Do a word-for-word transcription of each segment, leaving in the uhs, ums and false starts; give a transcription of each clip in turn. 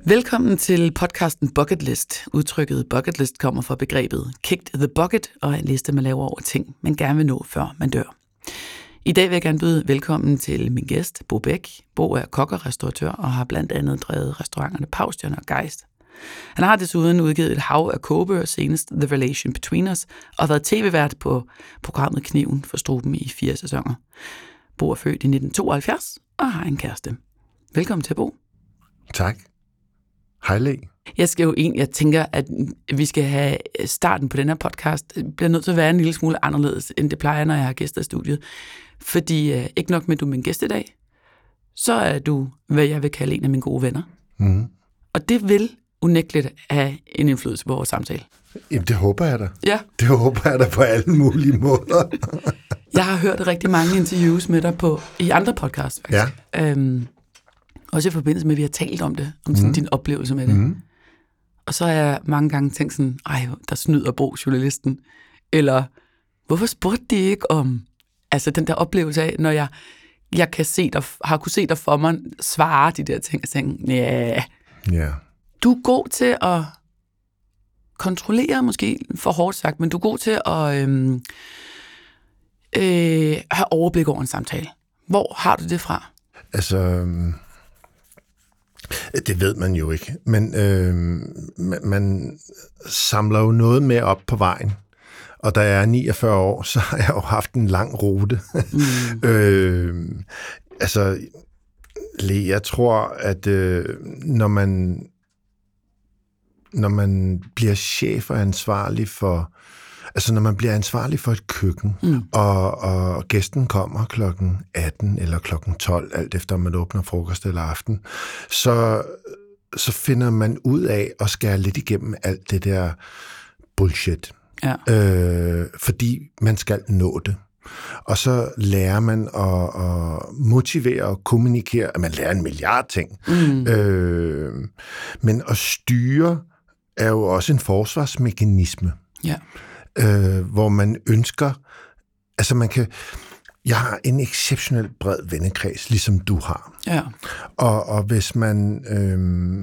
Velkommen til podcasten Bucket List. Udtrykket bucket list kommer fra begrebet kicked the bucket og er en liste, man laver over ting, man gerne vil nå, før man dør. I dag vil jeg gerne byde velkommen til min gæst, Bo Bech. Bo er kok og restauratør og har blandt andet drevet restauranterne Paustjerne og Geist. Han har desuden udgivet et hav af kogebøger, senest The Relation Between Us, og været tv-vært på programmet Kniven for Struben i fire sæsoner. Bo er født i nitten tooghalvfjerds og har en kæreste. Velkommen til, Bo. Tak. Hej, Le. Jeg skal jo en, jeg tænker, at vi skal have starten på den her podcast, bliver nødt til at være en lille smule anderledes, end det plejer, når jeg har gæster i studiet. Fordi øh, ikke nok med, at du er min gæst i dag, så er du, hvad jeg vil kalde en af mine gode venner. Mm. Og det vil unægteligt have en indflydelse på vores samtale. Jamen, det håber jeg da. Ja. Det håber jeg da på alle mulige måder. Jeg har hørt rigtig mange interviews med dig på, i andre podcasts, faktisk. Ja. Øhm, også i forbindelse med, at vi har talt om det, om sådan mm. din oplevelse med det. Mm. Og så har jeg mange gange tænkt sådan, ej, der snyder Bo, journalisten. Eller, hvorfor spurgte de ikke om, altså den der oplevelse af, når jeg, jeg kan se dig, har kunne se dig for mig svare de der ting, og tænke, ja, yeah. Du er god til at kontrollere, måske for hårdt sagt, men du er god til at øhm, øh, have overblik over en samtale. Hvor har du det fra? Altså, det ved man jo ikke, men øh, man samler jo noget med op på vejen. Og da jeg er niogfyrre år, så har jeg jo haft en lang rute. Mm. øh, altså, jeg tror, at øh, når man når man bliver chef og ansvarlig for, altså når man bliver ansvarlig for et køkken, mm. og, og gæsten kommer klokken atten eller klokken tolv, alt efter om man åbner frokost eller aften, så, så finder man ud af at skære lidt igennem alt det der bullshit. Ja. Øh, fordi man skal nå det. Og så lærer man at, at motivere og kommunikere, at man lærer en milliard ting. Mm. Øh, men at styre er jo også en forsvarsmekanisme, ja. øh, hvor man ønsker, altså man kan, jeg har en exceptionelt bred vennekreds, ligesom du har. Ja. Og, og hvis man øh,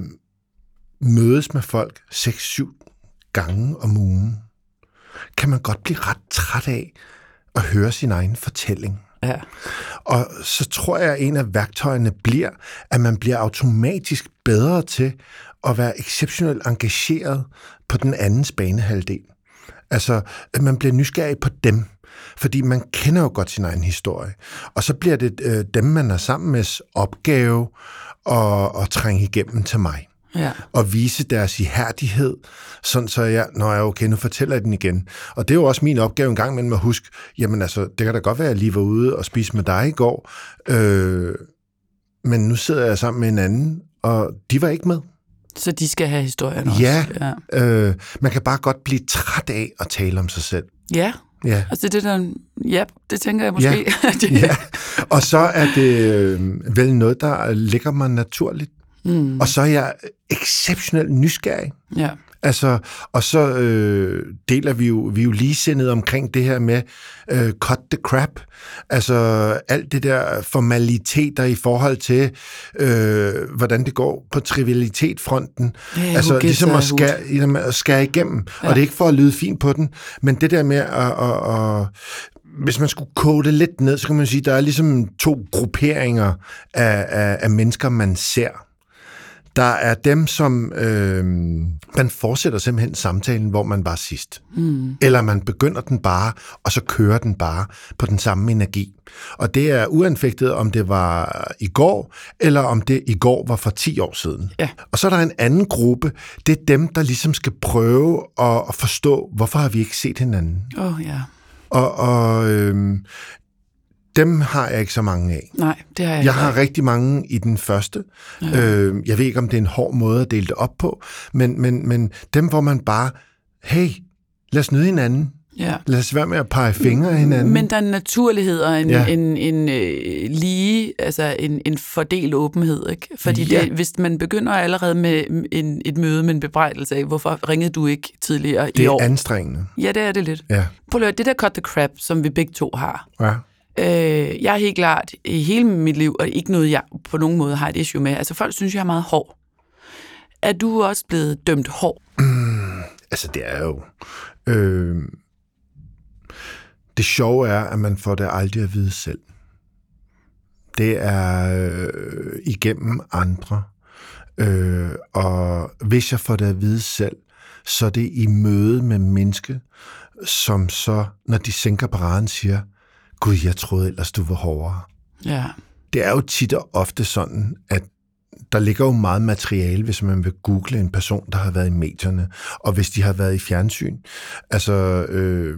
mødes med folk seks syv gange om ugen, kan man godt blive ret træt af at høre sin egen fortælling. Ja. Og så tror jeg, at en af værktøjerne bliver, at man bliver automatisk bedre til at være exceptionelt engageret på den andens banehalvdel. Altså, at man bliver nysgerrig på dem, fordi man kender jo godt sin egen historie. Og så bliver det øh, dem, man er sammen med, opgave at, at trænge igennem til mig. Ja. Og vise deres ihærdighed, sådan så jeg, når jeg okay, nu fortæller jeg den igen. Og det er jo også min opgave en gang imellem at huske, jamen altså, det kan da godt være, at jeg lige var ude og spise med dig i går, øh, men nu sidder jeg sammen med en anden, og de var ikke med. Så de skal have historien også. Ja, ja. Øh, man kan bare godt blive træt af at tale om sig selv. Ja, ja. Altså det der, ja, det tænker jeg måske. Ja, ja. Og så er det øh, vel noget, der ligger mig naturligt. Mm. Og så er jeg exceptionelt nysgerrig. Ja. Altså, og så øh, deler vi jo, vi er jo ligesindede omkring det her med øh, cut the crap. Altså alt det der formaliteter i forhold til, øh, hvordan det går på trivialitetfronten. Ja, altså ligesom at skære, at skære igennem. Ja. Og det er ikke for at lyde fint på den, men det der med at... at, at hvis man skulle koge det lidt ned, så kan man sige, at der er ligesom to grupperinger af, af, af mennesker, man ser. Der er dem, som øh, man fortsætter simpelthen samtalen, hvor man var sidst. Mm. Eller man begynder den bare, og så kører den bare på den samme energi. Og det er uanfægtet, om det var i går, eller om det i går var for ti år siden. Ja. Og så er der en anden gruppe, det er dem, der ligesom skal prøve at, at forstå, hvorfor har vi ikke set hinanden. Åh, oh, ja. Og, og øh, dem har jeg ikke så mange af. Nej, det har jeg Jeg ikke. har rigtig mange i den første. Ja. Øh, jeg ved ikke, om det er en hård måde at dele det op på, men, men, men dem, hvor man bare, hey, lad os nyde hinanden. Ja. Lad os være med at pege fingre af hinanden. Men der er en naturlighed og en, ja. en, en øh, lige, altså en, en fordelt åbenhed, ikke? Fordi ja. det, hvis man begynder allerede med en, et møde med en bebrejdelse af, hvorfor ringede du ikke tidligere det i år? Det er anstrengende. Ja, det er det lidt. Ja. Prøv at høre, det der cut the crap, som vi begge to har. Ja. Øh, jeg er helt klart i hele mit liv, og ikke noget, jeg på nogen måde har et issue med. Altså folk synes, jeg er meget hård. er du også blevet dømt hård? Mm, altså, det er jo... Øh, det sjove er, at man får det aldrig at vide selv. Det er øh, igennem andre. Øh, og hvis jeg får det at vide selv, så er det i møde med menneske, som så, når de sænker paraden, siger, Gud, jeg troede ellers, du var hårdere. Ja. Det er jo tit og ofte sådan, at der ligger jo meget materiale, hvis man vil google en person, der har været i medierne, og hvis de har været i fjernsyn. Altså, øh,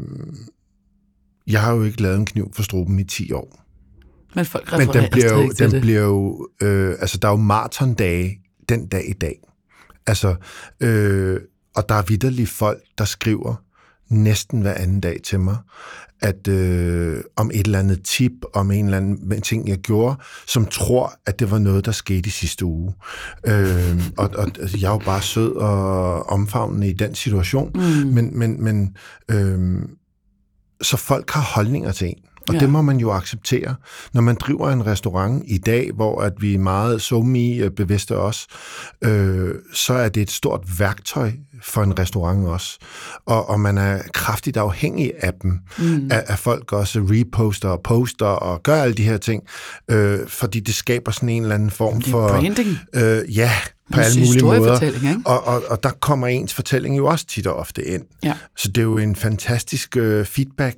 jeg har jo ikke lavet en kniv for struben i ti år. Men folk Men den bliver jo, den det. bliver jo øh, altså der er jo maratondage den dag i dag. Altså, øh, og der er vitterlige folk, der skriver næsten hver anden dag til mig, at øh, om et eller andet tip, om en eller anden ting, jeg gjorde, som tror, at det var noget, der skete i sidste uge. Øh, og, og jeg er jo bare sød og omfavnende i den situation, mm. men, men, men øh, så folk har holdninger til en. Og ja. Det må man jo acceptere. Når man driver en restaurant i dag, hvor at vi er meget somi bevidste os, øh, så er det et stort værktøj for en restaurant også. Og, og man er kraftigt afhængig af dem. Mm. Af, af folk også reposter og poster og gør alle de her ting. Øh, fordi det skaber sådan en eller anden form for... branding. Øh, ja, på alle mulige måder. Og, og, og der kommer ens fortælling jo også tit og ofte ind. Ja. Så det er jo en fantastisk øh, feedback.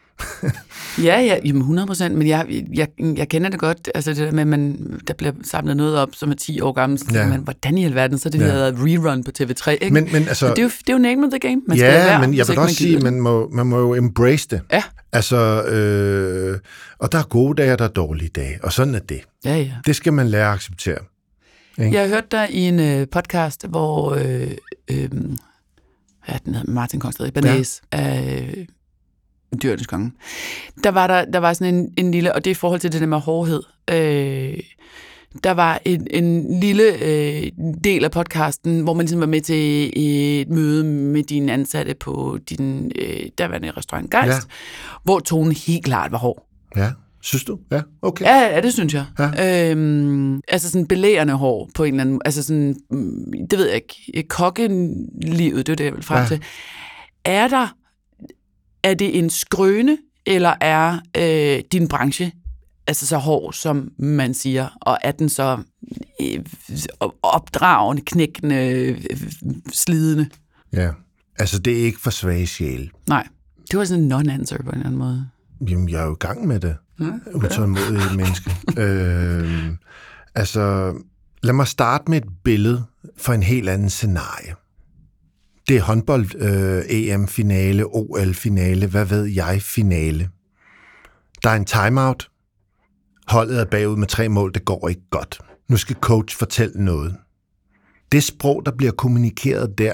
ja, ja, jamen hundrede procent, men jeg, jeg, jeg kender det godt, altså det der med, at man, der bliver samlet noget op, som er ti år gammel, så ja. Man, hvordan i alverden, så det ja. Hedder rerun på T V tre, ikke? Men, men altså, det, er jo, det er jo name of the game, man ja, skal være, men jeg vil også sige, man må, man må jo embrace det. Ja. Altså, øh, og der er gode dage, og der er dårlige dage, og sådan er det. Ja, ja. Det skal man lære at acceptere. Ikke? Jeg har hørt dig i en øh, podcast, hvor øh, øh, hvad den hedder, Martin Kongstad Banæs, ja. øh, Dyrenes Konge. Der var, der, der var sådan en, en lille, og det er i forhold til det der med hårdhed, øh, der var en, en lille øh, del af podcasten, hvor man ligesom var med til et møde med dine ansatte på din øh, derværende restaurant Geist, ja. Hvor tonen helt klart var hård. Ja, synes du? Ja, okay. Ja, ja, det synes jeg. Ja. Øhm, altså sådan belærende hård på en eller anden, altså sådan, det ved jeg ikke, kokkelivet, det er det, jeg vil frem til. Ja. Er der Er det en skrøne, eller er øh, din branche altså så hård, som man siger, og er den så øh, opdragende, knækkende, øh, slidende? Ja, altså det er ikke for svage sjæle. Nej, det var sådan en non-answer på en eller anden måde. Jamen, jeg er jo i gang med det. Ja, okay. Utålmodige menneske. øh, altså, lad mig starte med et billede for en helt anden scenarie. Det er håndbold-E M-finale, O L-finale, hvad ved jeg, finale. Der er en timeout. Holdet er bagud med tre mål, det går ikke godt. Nu skal coach fortælle noget. Det sprog, der bliver kommunikeret der,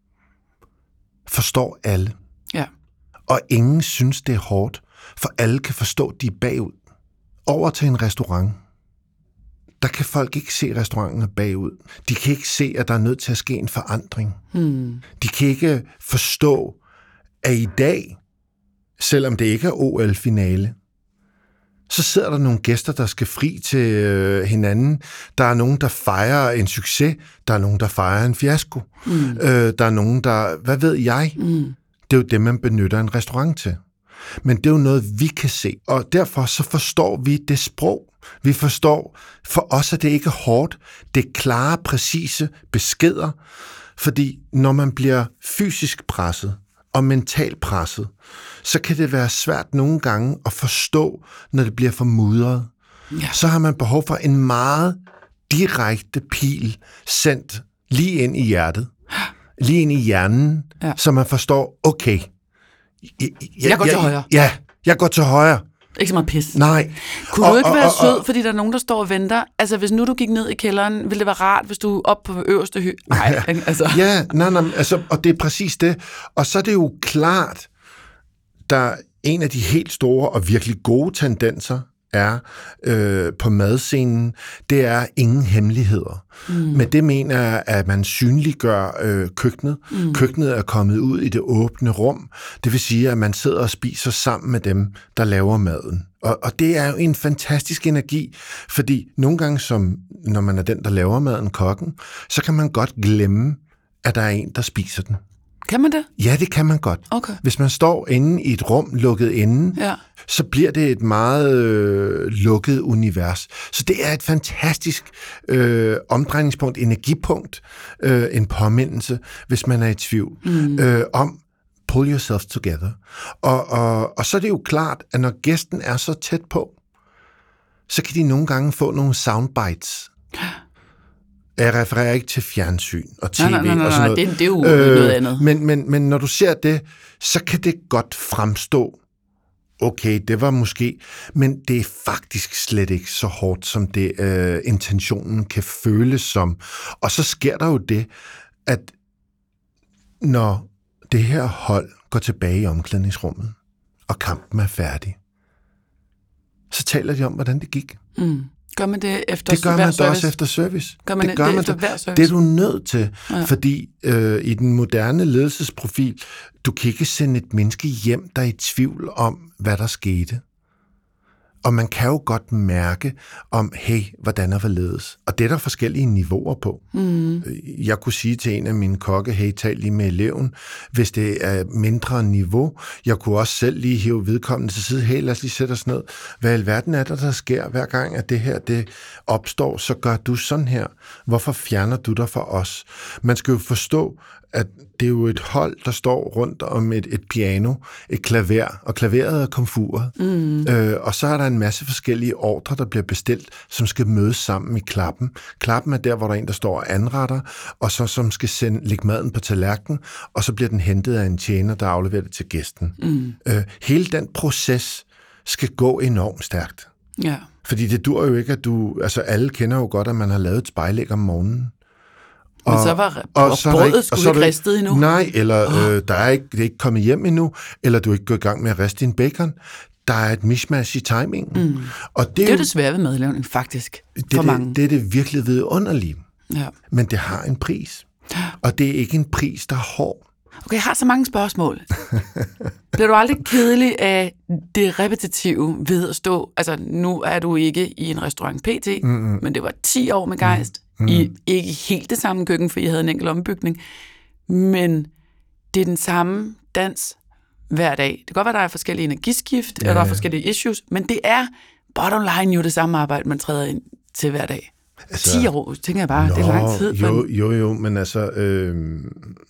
forstår alle. Ja. Og ingen synes, det er hårdt, for alle kan forstå, at de er bagud. Over til en restaurant. Der kan folk ikke se restauranten bagud. De kan ikke se, at der er nødt til at ske en forandring. Hmm. De kan ikke forstå, at i dag, selvom det ikke er O L-finale, så sidder der nogle gæster, der skal fri til øh, hinanden. Der er nogen, der fejrer en succes. Der er nogen, der fejrer en fiasko. Hmm. Øh, der er nogen, der... Hvad ved jeg? Hmm. Det er jo det, man benytter en restaurant til. Men det er jo noget, vi kan se. Og derfor så forstår vi det sprog. Vi forstår, for os er det ikke hårdt. Det er klare, præcise beskeder. Fordi når man bliver fysisk presset og mentalt presset, så kan det være svært nogle gange at forstå, når det bliver for mudret. Ja. Så har man behov for en meget direkte pil sendt lige ind i hjertet. Lige ind i hjernen, ja. Så man forstår, okay, jeg, jeg går jeg, til højre. Ja, jeg går til højre. Ikke så meget pis. Nej. Kunne og, du ikke og, være og, sød, og, fordi der er nogen, der står og venter? Altså, hvis nu du gik ned i kælderen, ville det være rart, hvis du op på øverste hy... Nej, ja, altså. Ja, nej, nej, altså, og det er præcis det. Og så er det jo klart, der en af de helt store og virkelig gode tendenser er øh, på madscenen, det er ingen hemmeligheder. Mm. Med det mener jeg, at man synliggør øh, køkkenet. Mm. Køkkenet er kommet ud i det åbne rum. Det vil sige, at man sidder og spiser sammen med dem, der laver maden. Og, og det er jo en fantastisk energi, fordi nogle gange, som når man er den, der laver maden, kokken, så kan man godt glemme, at der er en, der spiser den. Kan man det? Ja, det kan man godt. Okay. Hvis man står inde i et rum, lukket inde, ja. så bliver det et meget øh, lukket univers. Så det er et fantastisk øh, omdrejningspunkt, energipunkt, øh, en påmindelse, hvis man er i tvivl, mm. øh, om pull yourself together. Og, og, og så er det jo klart, at når gæsten er så tæt på, så kan de nogle gange få nogle soundbites. Jeg refererer ikke til fjernsyn og tv nej, nej, nej, og sådan noget. Det, det er jo øh, noget andet. Men, men, men når du ser det, så kan det godt fremstå, okay, det var måske, men det er faktisk slet ikke så hårdt, som det øh, intentionen kan føles som. Og så sker der jo det, at når det her hold går tilbage i omklædningsrummet, og kampen er færdig, så taler de om, hvordan det gik. Mm. Gør man det efter Det gør man da også efter service. Gør man det, gør det man efter da. hver service? Det er du nødt til, ja. fordi øh, i den moderne ledelsesprofil, du kan ikke sende et menneske hjem, der er i tvivl om, hvad der skete. Og man kan jo godt mærke om, hey, hvordan er hvorledes? Og det er der forskellige niveauer på. Mm. Jeg kunne sige til en af mine kokke, hey, tal lige med eleven, hvis det er mindre niveau. Jeg kunne også selv lige hive vedkommende til side, hey, lad os lige sætte os ned. Hvad i alverden er der, der sker hver gang, at det her det opstår, så gør du sådan her. Hvorfor fjerner du dig fra os? Man skal jo forstå, at det er jo et hold, der står rundt om et, et piano, et klaver, og klaveret er komfuret. Mm. Øh, og så er der en masse forskellige ordre, der bliver bestilt, som skal mødes sammen i klappen. Klappen er der, hvor der er en, der står og anretter, og så som skal sende, lægge maden på tallerkenen, og så bliver den hentet af en tjener, der afleverer det til gæsten. Mm. Øh, hele den proces skal gå enormt stærkt. Ja. Fordi det dur jo ikke, at du... Altså, alle kender jo godt, at man har lavet et spejlæg om morgenen. Men og, så var og så brødet ikke, skulle ikke ristet endnu? Nej, eller oh. øh, der er ikke, det er ikke kommet hjem endnu, eller du er ikke gået i gang med at riste din bacon. Der er et mismatch i timingen. Mm. Og det, det er jo det svære ved madlavning, faktisk, det, for det, mange. Det er det virkelig vidunderlige. Ja. Men det har en pris. Og det er ikke en pris, der er hård. Okay, jeg har så mange spørgsmål. Bliver du aldrig kedelig af det repetitive ved at stå... Altså, nu er du ikke i en restaurant P T, mm-hmm. men det var ti år med gejst. Mm. I ikke helt det samme køkken, for I havde en enkelt ombygning. Men det er den samme dans hver dag. Det kan godt være, der er forskellige energiskift, ja, eller der er forskellige issues, men det er bottom line jo det samme arbejde, man træder ind til hver dag. Altså, ti år, tænker jeg bare, nå, det er lang tid. Jo, jo, jo, men altså... Øh,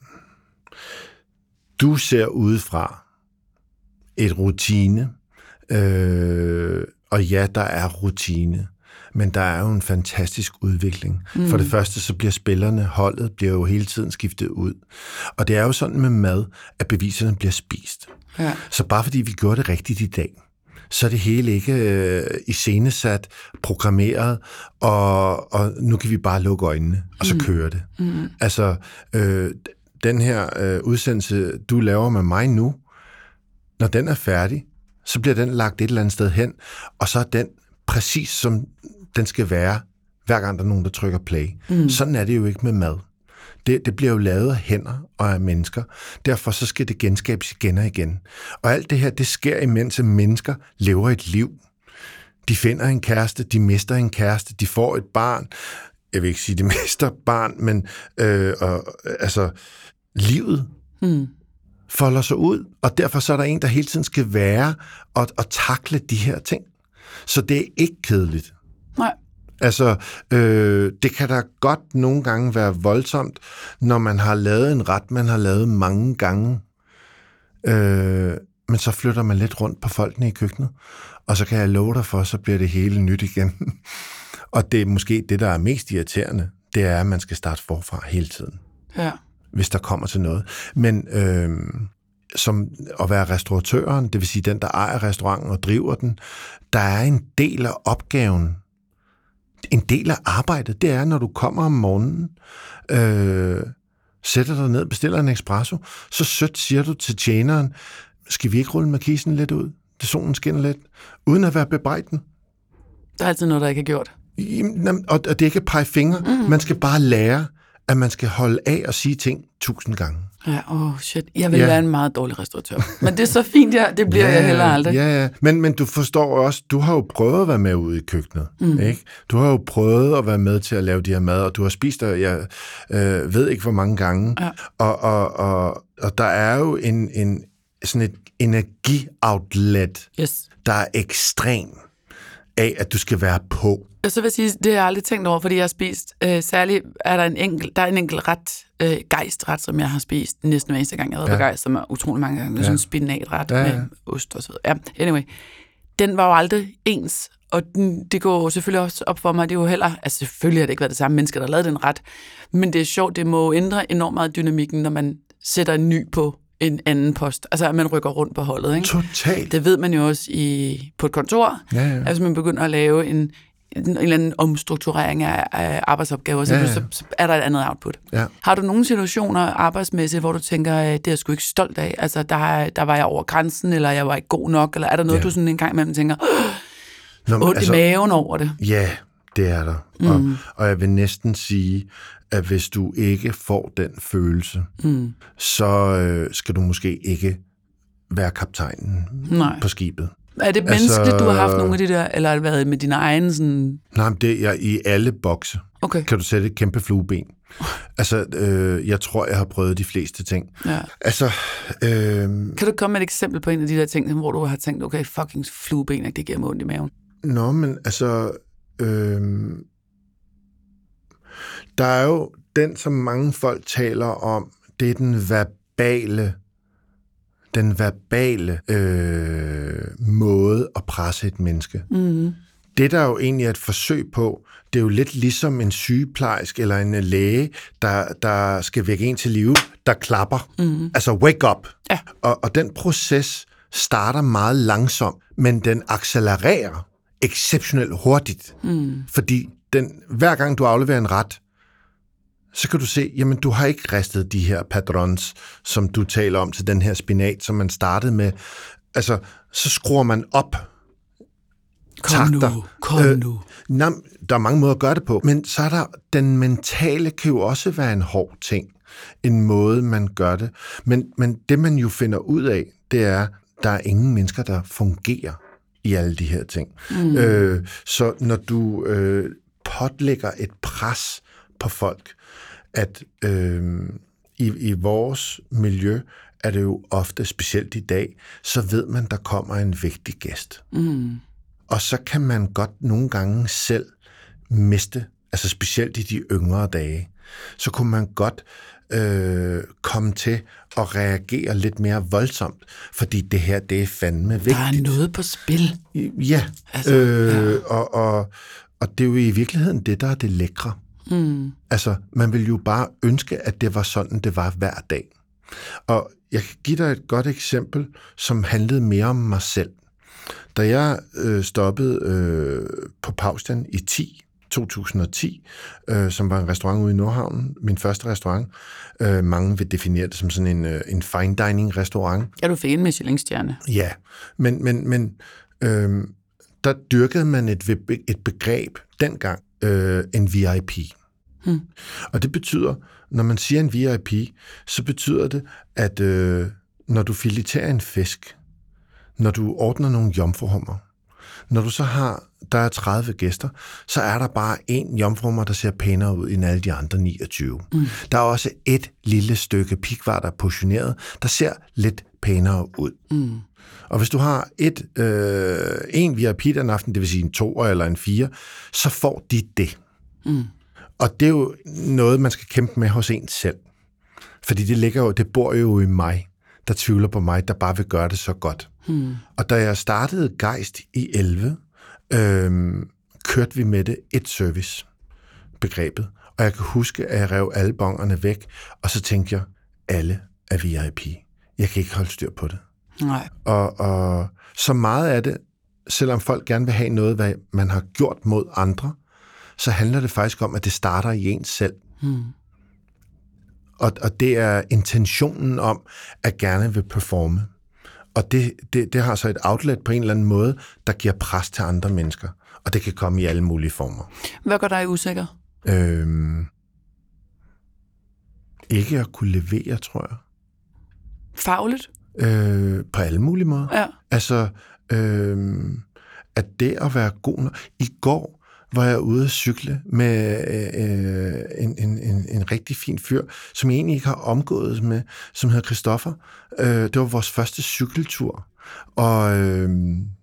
du ser udefra et rutine, øh, og ja, der er rutine, men der er jo en fantastisk udvikling. Mm. For det første, så bliver spillerne, holdet, bliver jo hele tiden skiftet ud. Og det er jo sådan med mad, at beviserne bliver spist. Ja. Så bare fordi vi gjorde det rigtigt i dag, så er det hele ikke øh, iscenesat, programmeret, og, og nu kan vi bare lukke øjnene, og så mm. køre det. Mm. Altså, øh, den her øh, udsendelse, du laver med mig nu, når den er færdig, så bliver den lagt et eller andet sted hen, og så er den præcis som den skal være, hver gang der er nogen, der trykker play. Mm. Sådan er det jo ikke med mad. Det, det bliver jo lavet af hænder og af mennesker. Derfor så skal det genskabes igen og igen. Og alt det her, det sker imens at mennesker lever et liv. De finder en kæreste, de mister en kæreste, de får et barn. Jeg vil ikke sige, de mister barn, men øh, og, altså, livet mm. folder sig ud. Og derfor så er der en, der hele tiden skal være og, og takle de her ting. Så det er ikke kedeligt. Nej. Altså, øh, det kan da godt nogle gange være voldsomt, når man har lavet en ret, man har lavet mange gange. Øh, men så flytter man lidt rundt på folkene i køkkenet, og så kan jeg love dig for, så bliver det hele nyt igen. Og det er måske det, der er mest irriterende, det er, at man skal starte forfra hele tiden. Ja. Hvis der kommer til noget. Men øh, som at være restauratøren, det vil sige den, der ejer restauranten og driver den, der er en del af opgaven, en del af arbejdet, det er, når du kommer om morgenen, øh, sætter dig ned, bestiller en espresso, så sødt siger du til tjeneren, skal vi ikke rulle markisen lidt ud? Det solen skinner lidt, uden at være bebrejden. Der er altid noget, der ikke er gjort. Jamen, og det er ikke at pege fingre. Mm. Man skal bare lære, at man skal holde af og sige ting tusind gange. Ja, åh oh shit. Jeg vil ja. være en meget dårlig restauratør. Men det er så fint, ja. Det bliver ja, jeg heller aldrig. Ja, ja. Men, men du forstår også, du har jo prøvet at være med ude i køkkenet. Mm. Ikke? Du har jo prøvet at være med til at lave de her mad, og du har spist der, jeg øh, ved ikke hvor mange gange. Ja. Og, og, og, og der er jo en, en, sådan et energioutlet, yes. der er ekstrem af, at du skal være på. Og så vil jeg sige, det har jeg aldrig tænkt over, fordi jeg har spist, øh, særligt er der en enkelt, der er en enkelt ret, øh, gejstret, som jeg har spist næsten hver eneste gang, jeg har været ja. begejstret med utrolig mange gange. Det er ja. sådan en spinatret ja, ja. med ost og så videre. Ja, anyway. Den var jo aldrig ens, og den, det går selvfølgelig også op for mig, det er jo heller, altså selvfølgelig har det ikke været det samme mennesker, der har lavet den ret, men det er sjovt, det må ændre enormt meget dynamikken, når man sætter en ny på en anden post. Altså, at man rykker rundt på holdet, ikke? Totalt. Det ved man jo også i, på et kontor, ja, ja. Altså, man begynder at lave en en eller anden omstrukturering af, af arbejdsopgaver, så, ja, ja. så, så er der et andet output. Ja. Har du nogle situationer arbejdsmæssigt, hvor du tænker, det er jeg sgu ikke stolt af? Altså, der, der var jeg over grænsen, eller jeg var ikke god nok, eller er der noget, ja. du sådan en gang imellem tænker, ondt altså, i maven over det? Ja, det er der. Mm. Og, og jeg vil næsten sige, at hvis du ikke får den følelse, mm. så øh, skal du måske ikke være kaptajnen Nej. på skibet. Er det menneskeligt, altså, du har haft nogle af de der, eller har det været med dine egne sådan... Nej, men det er i alle bokse. Okay. Kan du sætte et kæmpe flueben. Altså, øh, jeg tror, jeg har prøvet de fleste ting. Ja. Altså, øh, kan du komme med et eksempel på en af de der ting, hvor du har tænkt, okay, fucking flueben, det giver mig ondt i maven? Nå, men altså... Øh, der er jo den, som mange folk taler om, det er den verbale den verbale øh, måde at presse et menneske. Mm. Det, der jo egentlig er et forsøg på, det er jo lidt ligesom en sygeplejerske eller en læge, der, der skal vække en til live, der klapper. Mm. Altså, wake up. Ja. Og, og den proces starter meget langsomt, men den accelererer exceptionelt hurtigt. Mm. Fordi den, hver gang du afleverer en ret, så kan du se, jamen du har ikke ristet de her padrons, som du taler om til den her spinat, som man startede med. Altså, så skruer man op. Kom takter. nu, kom øh, nu. Nej, der er mange måder at gøre det på, men så er der, den mentale kan jo også være en hård ting. En måde, man gør det. Men, men det, man jo finder ud af, det er, der er ingen mennesker, der fungerer i alle de her ting. Mm. Øh, så når du øh, pålægger et pres på folk, at øh, i, i vores miljø er det jo ofte, specielt i dag, så ved man, der kommer en vigtig gæst. Mm. Og så kan man godt nogle gange selv miste, altså specielt i de yngre dage, så kunne man godt øh, komme til at reagere lidt mere voldsomt, fordi det her, det er fandme vigtigt. Der er noget på spil. Ja, altså, øh, ja. Og, og, og det er jo i virkeligheden det, der er det lækre. Mm. Altså, man vil jo bare ønske, at det var sådan, det var hver dag. Og jeg kan give dig et godt eksempel, som handlede mere om mig selv. Da jeg øh, stoppede øh, på Paustian i to tusind og ti, øh, som var en restaurant ude i Nordhavn, min første restaurant, øh, mange vil definere det som sådan en, øh, en fine dining restaurant. Ja, du fik en Michelin-stjerne. Ja, men, men, men øh, der dyrkede man et, et begreb dengang, øh, en V I P. Hmm. Og det betyder, når man siger en V I P, så betyder det, at øh, når du fileterer en fisk, når du ordner nogle jomfruhummer, når du så har, der er tredive gæster, så er der bare en jomfruhummer, der ser pænere ud end alle de andre niogtyve. Mm. Der er også et lille stykke pikvar, der er portioneret, der ser lidt pænere ud. Mm. Og hvis du har et, øh, en V I P den aften, det vil sige en toer eller en fire, så får de det. Mm. Og det er jo noget, man skal kæmpe med hos en selv. Fordi det ligger jo, det bor jo i mig, der tvivler på mig, der bare vil gøre det så godt. Hmm. Og da jeg startede Geist i elleve, øh, kørte vi med det et service-begrebet. Og jeg kan huske, at jeg rev alle bongerne væk, og så tænkte jeg, alle er V I P. Jeg kan ikke holde styr på det. Nej. Og, og så meget af det, selvom folk gerne vil have noget, hvad man har gjort mod andre, så handler det faktisk om, at det starter i ens selv. Hmm. Og, og det er intentionen om, at gerne vil performe. Og det, det, det har så et outlet på en eller anden måde, der giver pres til andre mennesker. Og det kan komme i alle mulige former. Hvad gør dig usikker? Øhm, ikke at kunne levere, tror jeg. Fagligt? Øh, på alle mulige måder. Ja. Altså, øh, at det at være god nok. I går var jeg ude at cykle med øh, en, en, en, en rigtig fin fyr, som jeg egentlig ikke har omgået med, som hedder Christoffer. Øh, det var vores første cykeltur. Og øh,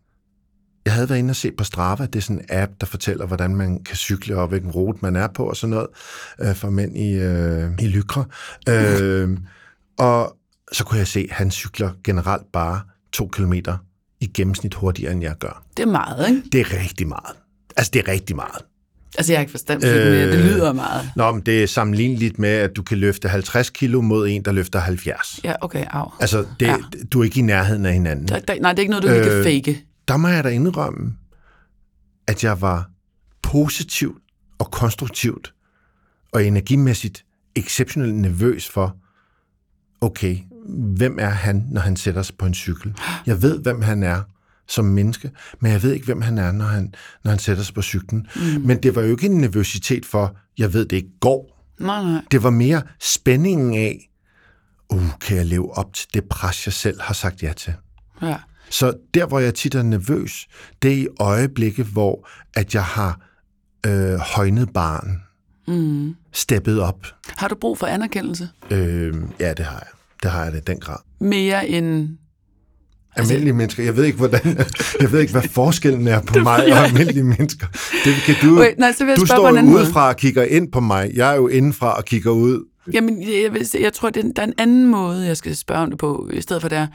jeg havde været inde og set på Strava. Det er sådan en app, der fortæller, hvordan man kan cykle og hvilken rute man er på og sådan noget øh, for mænd i, øh, i Lycra. Øh, og så kunne jeg se, at han cykler generelt bare to kilometer i gennemsnit hurtigere, end jeg gør. Det er meget, ikke? Det er rigtig meget. Altså, det er rigtig meget. Altså, jeg har ikke forstand på det, øh, det lyder meget. Nå, men det er sammenligneligt med, at du kan løfte halvtreds kilo mod en, der løfter halvfjerds. Ja, okay, au. Altså, det, ja. Du er ikke i nærheden af hinanden. Der, der, nej, det er ikke noget, du øh, kan fake. Der må jeg da indrømme, at jeg var positivt og konstruktivt og energimæssigt exceptionelt nervøs for, okay, hvem er han, når han sætter sig på en cykel? Jeg ved, hvem han er som menneske, men jeg ved ikke, hvem han er, når han, når han sætter sig på cyklen. Mm. Men det var jo ikke en nervøsitet for, jeg ved, det ikke går. Nej, nej. Det var mere spændingen af, uh, kan jeg leve op til det pres, jeg selv har sagt ja til? Ja. Så der, hvor jeg tit er nervøs, det er i øjeblikket, hvor at jeg har øh, højnet barn, mm. steppet op. Har du brug for anerkendelse? Øh, ja, det har jeg. Det har jeg det i den grad. Mere end... Almindelige altså... mennesker. Jeg ved ikke, hvordan, jeg ved ikke, hvad forskellen er på mig og almindelige mennesker. Det kan du, okay, nej, så vil jeg du står jo udefra og kigger ind på mig. Jeg er jo indenfra og kigger ud. Jamen, jeg, vil, jeg tror, det er, der er en anden måde, jeg skal spørge om det på, i stedet for det her.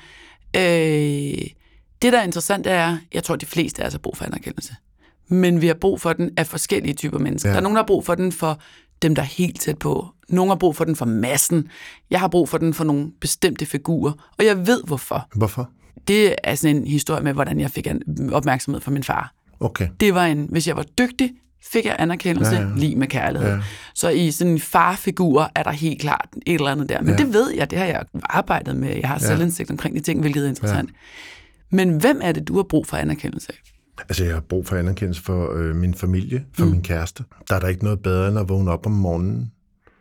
Øh, det, der er interessant, er, jeg tror, de fleste af os har brug for anerkendelse. Men vi har brug for den af forskellige typer mennesker. Ja. Der er nogen, der har brug for den for dem, der er helt tæt på. Nogle har brug for den for massen. Jeg har brug for den for nogle bestemte figurer. Og jeg ved, hvorfor. Hvorfor? Det er sådan en historie med, hvordan jeg fik opmærksomhed fra min far. Okay. Det var en, hvis jeg var dygtig, fik jeg anerkendelse, ja, ja. Lige med kærlighed. Ja. Så i sådan en farfigur er der helt klart et eller andet der. Men ja. Det ved jeg, det har jeg arbejdet med. Jeg har ja. Selvindsigt omkring de ting, hvilket er interessant. Ja. Men hvem er det, du har brug for anerkendelse af? Altså, jeg har brug for anerkendelse for øh, min familie, for mm. min kæreste. Der er der ikke noget bedre, end at vågne op om morgenen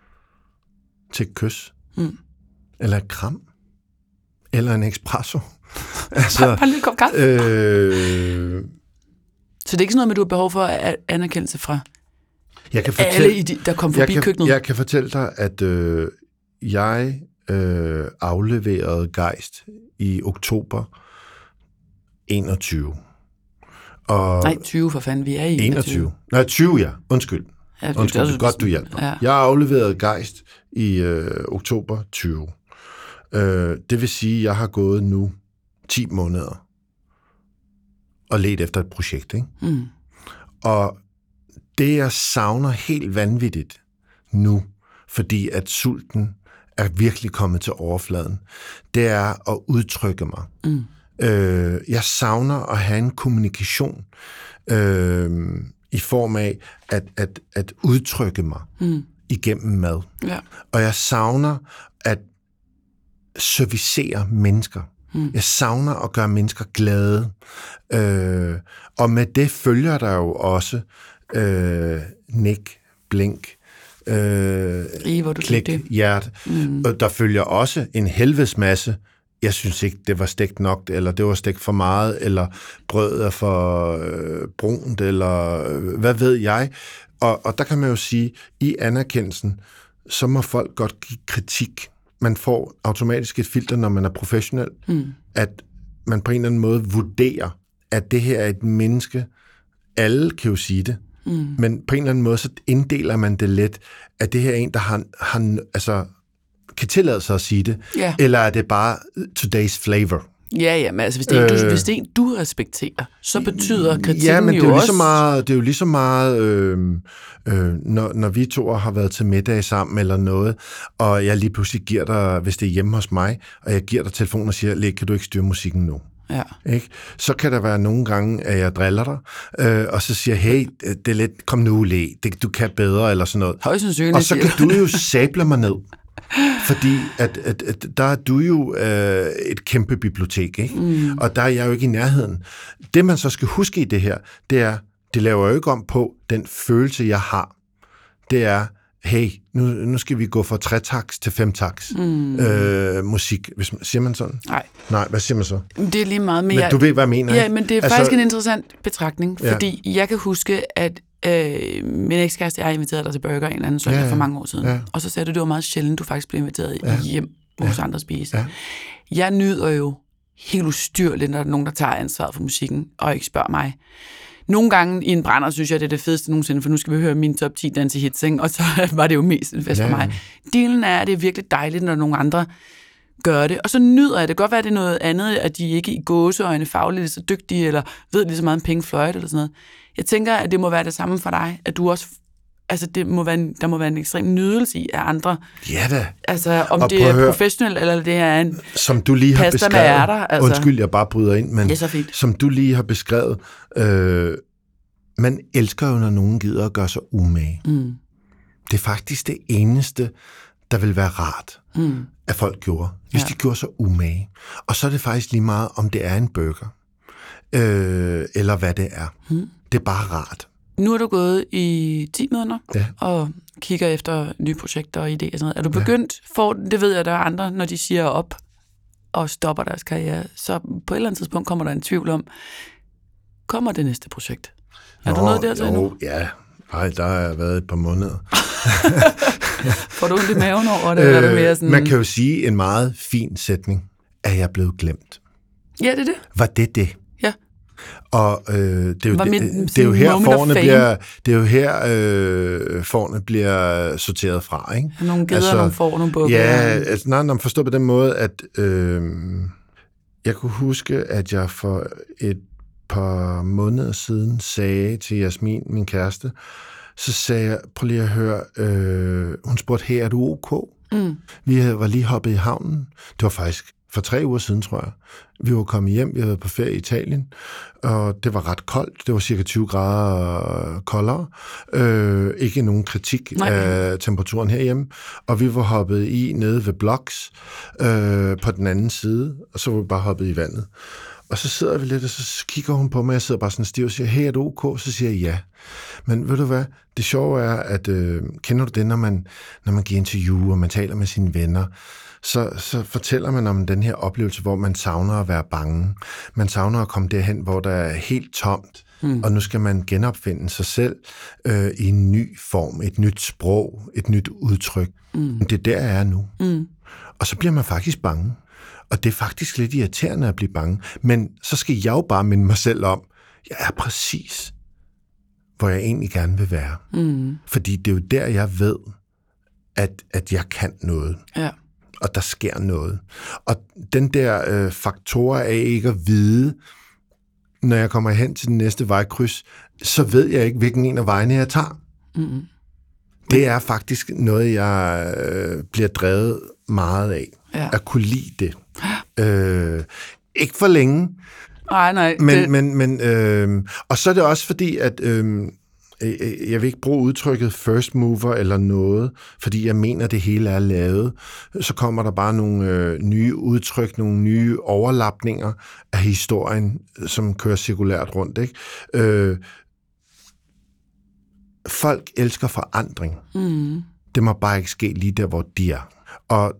til et kys. Mm. Eller et kram. Eller en espresso. Altså, bare, bare lige kop kaffe. Øh, Så det er ikke sådan noget med, at du har behov for anerkendelse fra jeg kan fortælle, alle, der kom forbi jeg kan, køkkenet? Jeg kan fortælle dig, at øh, jeg øh, afleverede Geist i oktober enogtyve. Og Nej, tyve for fanden, vi er i enogtyve. Nej, tyve, ja. Undskyld. Ja, Undskyld, det er godt, du hjælper. Ja. Jeg afleverede Geist i øh, oktober tyve. Øh, det vil sige, at jeg har gået nu ti måneder og let efter et projekt, ikke? Mm. Og det, jeg savner helt vanvittigt nu, fordi at sulten er virkelig kommet til overfladen, det er at udtrykke mig. Mm. Øh, jeg savner at have en kommunikation øh, i form af at, at, at udtrykke mig mm. igennem mad. Ja. Og jeg savner at servicere mennesker. Mm. Jeg savner at gøre mennesker glade. Øh, og med det følger der jo også øh, nik, blink, øh, I, hvor du klik, hjerte. Mm. Og der følger også en helvedes masse. Jeg synes ikke, det var stegt nok, eller det var stegt for meget, eller brødet er for øh, brunt, eller øh, hvad ved jeg. Og, og der kan man jo sige, i anerkendelsen, så må folk godt give kritik. Man får automatisk et filter, når man er professionel, mm. at man på en eller anden måde vurderer, at det her er et menneske. Alle kan jo sige det, mm. men på en eller anden måde, så inddeler man det let, at det her er en, der har, har altså, kan tillade sig at sige det, yeah. eller er det bare today's flavor? Ja, ja, men altså, hvis det er en, du, øh, hvis det er en, du respekterer, så betyder kritikken ja, men det er jo, jo også... lige så meget, det er jo lige så meget, øh, øh, når, når vi to har været til middag sammen eller noget, og jeg lige pludselig giver dig, hvis det er hjemme hos mig, og jeg giver dig telefonen og siger, Læg, kan du ikke styre musikken nu? Ja. Ikke? Så kan der være nogle gange, at jeg driller dig, øh, og så siger hey, det er lidt, kom nu, Læ, det, du kan bedre, eller sådan noget. Højst sandsynligt. Og så kan du jo sable mig ned. Fordi at, at, at der er du jo øh, et kæmpe bibliotek, ikke? Mm. Og der er jeg jo ikke i nærheden. Det, man så skal huske i det her, det er, det laver jo ikke om på den følelse, jeg har. Det er, hey, nu, nu skal vi gå fra tretaks til femtaks mm. øh, musik. Hvis man, siger man sådan? Nej. Nej, hvad siger man så? Det er lige meget mere. Men du ved, hvad jeg mener, Ja, ikke? men det er altså, faktisk en interessant betragtning, ja. fordi jeg kan huske, at øh, min ekskæreste, jeg har inviteret dig til burger en eller anden søndag ja, for mange år siden, ja. og så sagde du, det var meget sjældent, du faktisk blev inviteret ja. hjem hos ja. andre at spise. Ja. Jeg nyder jo helt ustyrligt, når der er nogen, der tager ansvaret for musikken, og ikke spørger mig. Nogle gange i en brænder, synes jeg, det er det fedeste nogensinde, for nu skal vi høre min top ti danse hits, ikke? Og så var det jo mest en fest ja. for mig. Dealen er, at det er virkelig dejligt, når nogle andre gør det. Og så nyder jeg det. Det kan godt være, at det er noget andet, at de ikke i gåseøjne fagligt så dygtige, eller ved lige så meget om Pink Floyd eller sådan noget. Jeg tænker, at det må være det samme for dig, at du også, altså det må være en, der må være en ekstrem nydelse i af andre. Ja da. Altså om og det er professionelt, eller det er en som du lige har beskrevet. Ærter, altså. Undskyld, jeg bare bryder ind, men det er så fint. Som du lige har beskrevet, øh, man elsker jo, når nogen gider at gøre sig umage. Mm. Det er faktisk det eneste, der vil være rart, mm. at folk gjorde, hvis ja. de gjorde sig umage. Og så er det faktisk lige meget, om det er en burger, øh, eller hvad det er. Mm. Det er bare rart. Nu er du gået i ti måneder ja. og kigger efter nye projekter og idéer og sådan noget. Er du begyndt, ja. for, det ved jeg, der er andre, når de siger op og stopper deres karriere, så på et eller andet tidspunkt kommer der en tvivl om, kommer det næste projekt? Er Nå, du noget der til nu? Ja, nej, der har jeg været et par måneder. Får du ondt i maven over det? Øh, eller er det mere sådan... Man kan jo sige en meget fin sætning, at jeg er blevet glemt. Ja, det er det. Var det det? Ja. Og øh, det, er jo, mit, det, det er jo her forne bliver det er jo her øh, forne bliver sorteret fra, ikke? Nogle geder, altså, nogle får, nogle bukker. Ja, altså nej, når man forstår på den måde, at øh, jeg kunne huske, at jeg for et par måneder siden sagde til Jasmin, min kæreste, så sagde jeg, prøv lige at høre, øh, hun spurgte, her er du ok? Mm. Vi var lige hoppet i havnen. Det var faktisk for tre uger siden, tror jeg. Vi var kommet hjem, vi havde været på ferie i Italien, og det var ret koldt. Det var cirka tyve grader koldere. Øh, ikke nogen kritik Nej. af temperaturen herhjemme. Og vi var hoppet i nede ved Bloks øh, på den anden side, og så var vi bare hoppet i vandet. Og så sidder vi lidt, og så kigger hun på mig, jeg sidder bare sådan stiv og siger, hey, er du ok? Så siger jeg ja. Men ved du hvad, det sjove er, at øh, kender du det, når man, når man giver interview, og man taler med sine venner, så, så fortæller man om den her oplevelse, hvor man savner at være bange. Man savner at komme derhen, hvor der er helt tomt, mm. og nu skal man genopfinde sig selv øh, i en ny form, et nyt sprog, et nyt udtryk. Mm. Det er der, jeg er nu. Mm. Og så bliver man faktisk bange. Og det er faktisk lidt irriterende at blive bange. Men så skal jeg jo bare minde mig selv om, jeg er præcis, hvor jeg egentlig gerne vil være. Mm. Fordi det er jo der, jeg ved, at, at jeg kan noget. Ja. Og der sker noget. Og den der øh, faktor af ikke at vide, når jeg kommer hen til den næste vejkryds, så ved jeg ikke, hvilken en af vejene jeg tager. Mm. Det er faktisk noget, jeg øh, bliver drevet meget af. Ja. At kunne lide det. Øh, ikke for længe. Nej, nej. Men, det... men, men, øh, og så er det også fordi, at øh, jeg vil ikke bruge udtrykket first mover eller noget, fordi jeg mener, det hele er lavet. Så kommer der bare nogle øh, nye udtryk, nogle nye overlapninger af historien, som kører cirkulært rundt. Ikke? Øh, folk elsker forandring. Mm. Det må bare ikke ske lige der, hvor de er. Og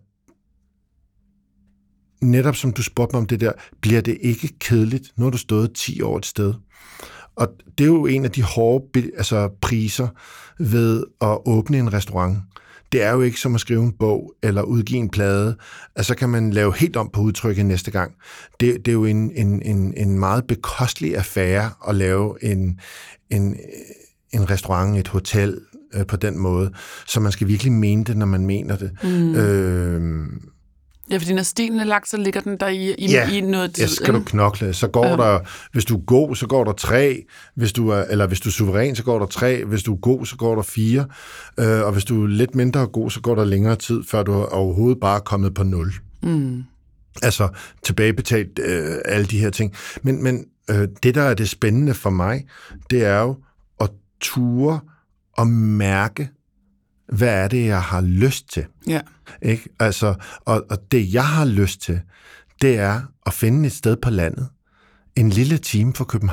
netop som du spurgte mig om det der, bliver det ikke kedeligt? Nu har du stået ti år et sted. Og det er jo en af de hårde altså, priser ved at åbne en restaurant. Det er jo ikke som at skrive en bog eller udgive en plade. Altså kan man lave helt om på udtrykket næste gang. Det, det er jo en, en, en, en meget bekostelig affære at lave en, en, en restaurant, et hotel øh, på den måde. Så man skal virkelig mene det, når man mener det. Mm. Øh, Ja, fordi når stilen er lagt, så ligger den der i, i, ja, i noget tid. Ja, så skal du knokle. Så går ja. der, hvis du er god, så går der tre. Hvis du er, eller hvis du er suveræn, så går der tre. Hvis du er god, så går der fire. Øh, og hvis du er lidt mindre god, så går der længere tid, før du overhovedet bare er kommet på nul. Mm. Altså tilbagebetalt øh, alle de her ting. Men, men øh, det, der er det spændende for mig, det er jo at ture og mærke, hvad er det, jeg har lyst til? Ja. Ikke? Altså, og, og det, jeg har lyst til, det er at finde et sted på landet, en lille time fra København,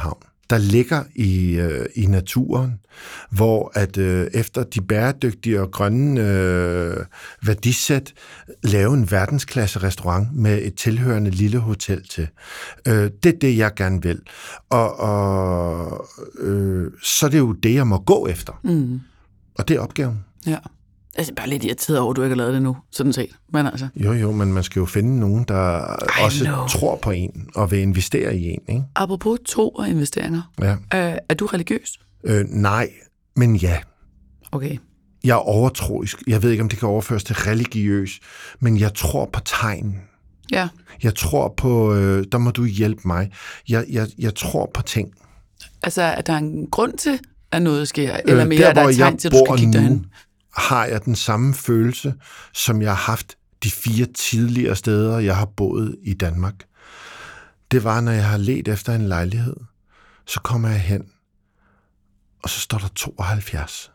der ligger i, øh, i naturen, hvor at øh, efter de bæredygtige og grønne øh, værdisæt lave en verdensklasse restaurant med et tilhørende lille hotel til. Øh, det er det, jeg gerne vil. Og, og øh, så er det jo det, jeg må gå efter. Mm. Og det er opgaven. Ja. Jeg er bare lidt irriteret over, at du ikke har lavet det nu, sådan set. Men altså. Jo, jo, men man skal jo finde nogen, der I også know. tror på en og vil investere i en, ikke? Apropos tro og investeringer. Ja. Øh, er du religiøs? Øh, nej, men ja. Okay. Jeg er overtroisk. Jeg ved ikke, om det kan overføres til religiøs, men jeg tror på tegn. Ja. Jeg tror på, øh, der må du hjælpe mig. Jeg, jeg, jeg tror på ting. Altså, er der en grund til, at noget sker? Eller mere, øh, der, er der hvor et tegn jeg til, at du skal kigge nu, derhen? har jeg den samme følelse, som jeg har haft de fire tidligere steder, jeg har boet i Danmark. Det var, når jeg har ledt efter en lejlighed, så kommer jeg hen, og så står der tooghalvfjerds.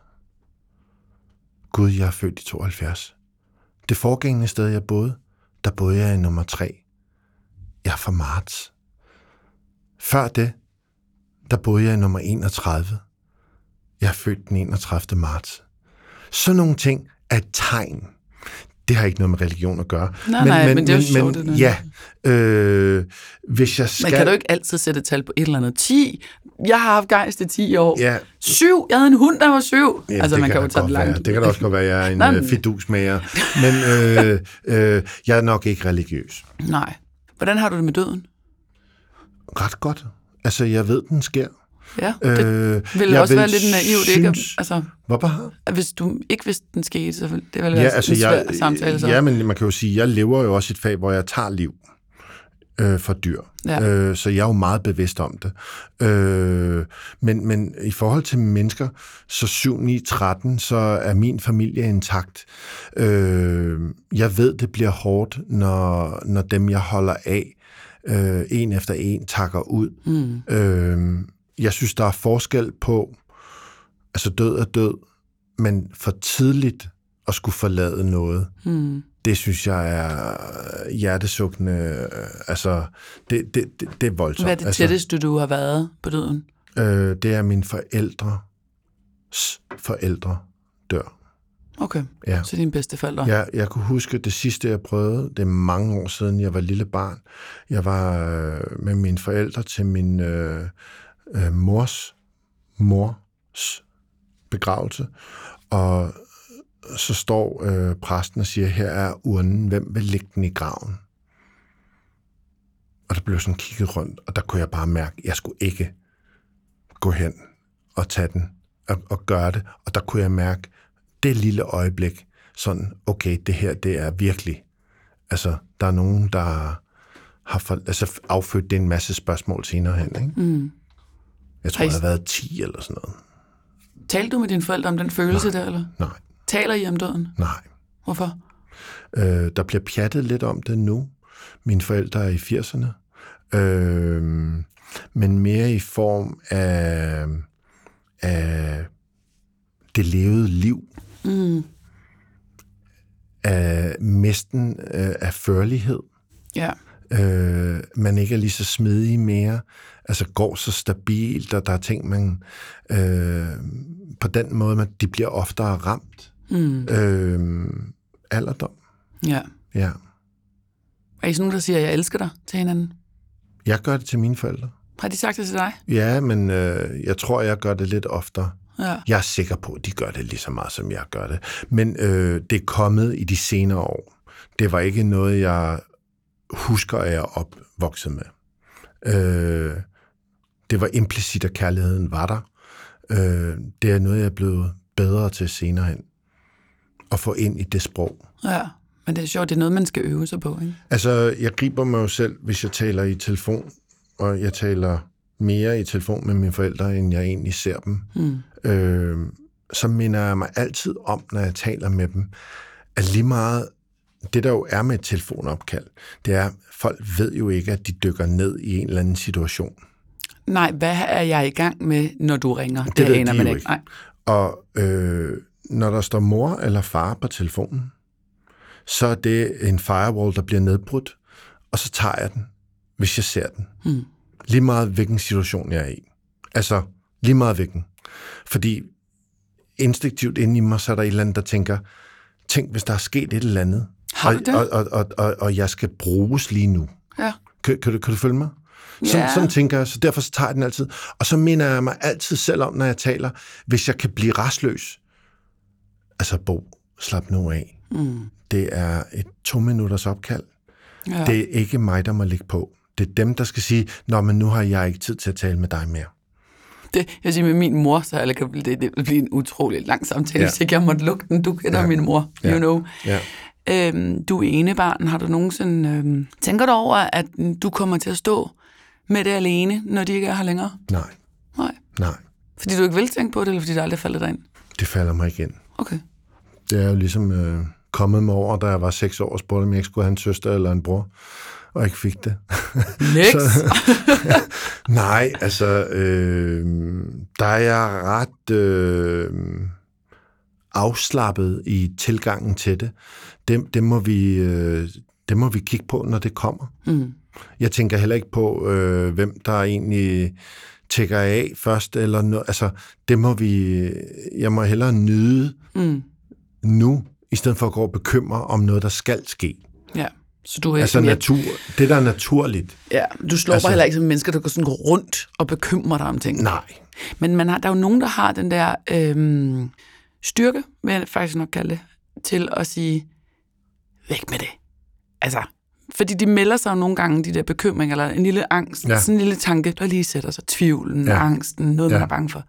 Gud, jeg er født i tooghalvfjerds. Det forgængende sted, jeg boede, der boede jeg i nummer tre. Jeg er fra marts. Før det, der boede jeg i nummer enogtredive. Jeg er født den enogtredivte marts. Sådan nogle ting er et tegn. Det har ikke noget med religion at gøre. Nej, men, nej, men, men det er jo sjovt. Men, ja, øh, hvis jeg skal... Men kan du ikke altid sætte et tal på et eller andet? ti? Jeg har haft gejst i ti år. Ja. syv? Jeg havde en hund, der var syv. Jamen, altså, man kan, kan jo tage det langt. Være. Det kan da også godt være, at jeg er en Nej, fidusmager. Men øh, øh, jeg er nok ikke religiøs. Nej. Hvordan har du det med døden? Ret godt. Altså, jeg ved, den sker. Ja, det øh, ville også vil være lidt naivt, synes, ikke? Altså, hvorfor? Hvis du ikke vidste, den skete, så ville det ville ja, være altså, en svær jeg, samtale. Så. Ja, men man kan jo sige, at jeg lever jo også et fag, hvor jeg tager liv øh, for dyr. Ja. Øh, så jeg er jo meget bevidst om det. Øh, men, men i forhold til mennesker, så syv, ni, tretten, så er min familie intakt. Øh, jeg ved, det bliver hårdt, når, når dem, jeg holder af, øh, en efter en takker ud. Mm. Øh, Jeg synes, der er forskel på, altså død er død, men for tidligt at skulle forlade noget, hmm. det synes jeg er hjertesukkende, altså det, det, det, det er voldsomt. Hvad er det altså, tætteste, du har været på døden? Øh, det er mine forældres forældre dør. Okay, ja. Så dine bedsteforældre? Ja, jeg kunne huske det sidste, jeg prøvede, det er mange år siden, jeg var lille barn. Jeg var øh, med mine forældre til min... Øh, Øh, mors mors begravelse, og så står øh, præsten og siger, her er urnen, hvem vil lægge den i graven? Og der blev sådan kigget rundt, og der kunne jeg bare mærke, at jeg skulle ikke gå hen og tage den og, og gøre det, og der kunne jeg mærke, det lille øjeblik, sådan, okay, det her, det er virkelig, altså, der er nogen, der har for, altså, affødt det en masse spørgsmål senere hen, ikke? Mm. Jeg tror, jeg har været ti eller sådan noget. Talte du med dine forældre om den følelse nej, der, eller? Nej. Taler I om døden? Nej. Hvorfor? Øh, der bliver pjattet lidt om det nu. Mine forældre er i firserne. Øh, men mere i form af, af det levede liv. Mm. Af mesten af førlighed. Ja. Øh, man ikke er lige så smidig mere, altså går så stabilt, og der er ting, man øh, på den måde, man, de bliver oftere ramt. Mm. Øh, alderdom. Ja. Ja. Er I sådan nogen, der siger, at jeg elsker dig til hinanden? Jeg gør det til mine forældre. Har de sagt det til dig? Ja, men øh, jeg tror, jeg gør det lidt oftere. Ja. Jeg er sikker på, at de gør det lige så meget, som jeg gør det. Men øh, det er kommet i de senere år. Det var ikke noget, jeg husker, at jeg er opvokset med. Øh, det var implicit, at kærligheden var der. Øh, det er noget, jeg er blevet bedre til senere hen. At få ind i det sprog. Ja, men det er sjovt, det er noget, man skal øve sig på, ikke? Altså, jeg griber mig jo selv, hvis jeg taler i telefon, og jeg taler mere i telefon med mine forældre, end jeg egentlig ser dem. Mm. Øh, så minder jeg mig altid om, når jeg taler med dem, at lige meget det, der jo er med et telefonopkald, det er, at folk ved jo ikke, at de dykker ned i en eller anden situation. Nej, hvad er jeg i gang med, når du ringer? Det, det aner de man ikke. ikke. Nej. Og øh, når der står mor eller far på telefonen, så er det en firewall, der bliver nedbrudt, og så tager jeg den, hvis jeg ser den. Hmm. Lige meget, hvilken situation jeg er i. Altså, lige meget vækken. Fordi instinktivt inde i mig, så er der et eller andet, der tænker, tænk, hvis der er sket et eller andet, Har du det? Og, og, og, og, og jeg skal bruges lige nu. Ja. Kan, kan, du, kan du følge mig? Sådan, Ja. sådan tænker jeg, så derfor så tager jeg den altid. Og så minder jeg mig altid selv om, når jeg taler, hvis jeg kan blive rastløs. Altså, Bo, slap nu af. Mm. Det er et to minutters opkald. Ja. Det er ikke mig, der må ligge på. Det er dem, der skal sige, nå, men nu har jeg ikke tid til at tale med dig mere. Det, jeg vil sige, med min mor, så eller kan det, det vil blive en utrolig lang samtale, Ja. hvis ikke jeg måtte lukke den. Du kender Ja. min mor, you Ja. know. Ja. Øhm, du er enebarn. Har du nogensinde... Øhm, tænker du over, at du kommer til at stå med det alene, når de ikke er her længere? Nej, Nej. nej. Fordi du ikke vil tænke på det, eller fordi det aldrig falder dig ind? Det falder mig ikke ind. Okay. Det er jo ligesom øh, kommet mig over, da jeg var seks år og spurgte, om jeg ikke skulle have en søster eller en bror, og ikke fik det. Next! Så, nej, altså, øh, der er jeg ret øh, afslappet i tilgangen til det. Det, det, må vi, øh, det må vi kigge på, når det kommer. Mm. Jeg tænker heller ikke på, øh, hvem der egentlig tækker af først, eller noget. Altså, det må vi, jeg må hellere nyde mm. nu, i stedet for at gå og bekymre om noget, der skal ske. Ja. Så du er Altså mere... natur, det, der er naturligt. Ja, du slår altså... Altså- heller ikke som mennesker, der går sådan rundt og bekymrer dig om ting. Nej. Men man har, der er jo nogen, der har den der øhm, styrke, vil jeg faktisk nok kalde det, til at sige, væk med det. Altså, fordi de melder sig jo nogle gange, de der bekymringer, eller en lille angst, Ja. sådan en lille tanke, der lige sætter sig, tvivlen, Ja. angsten, noget, Ja. man er bange for.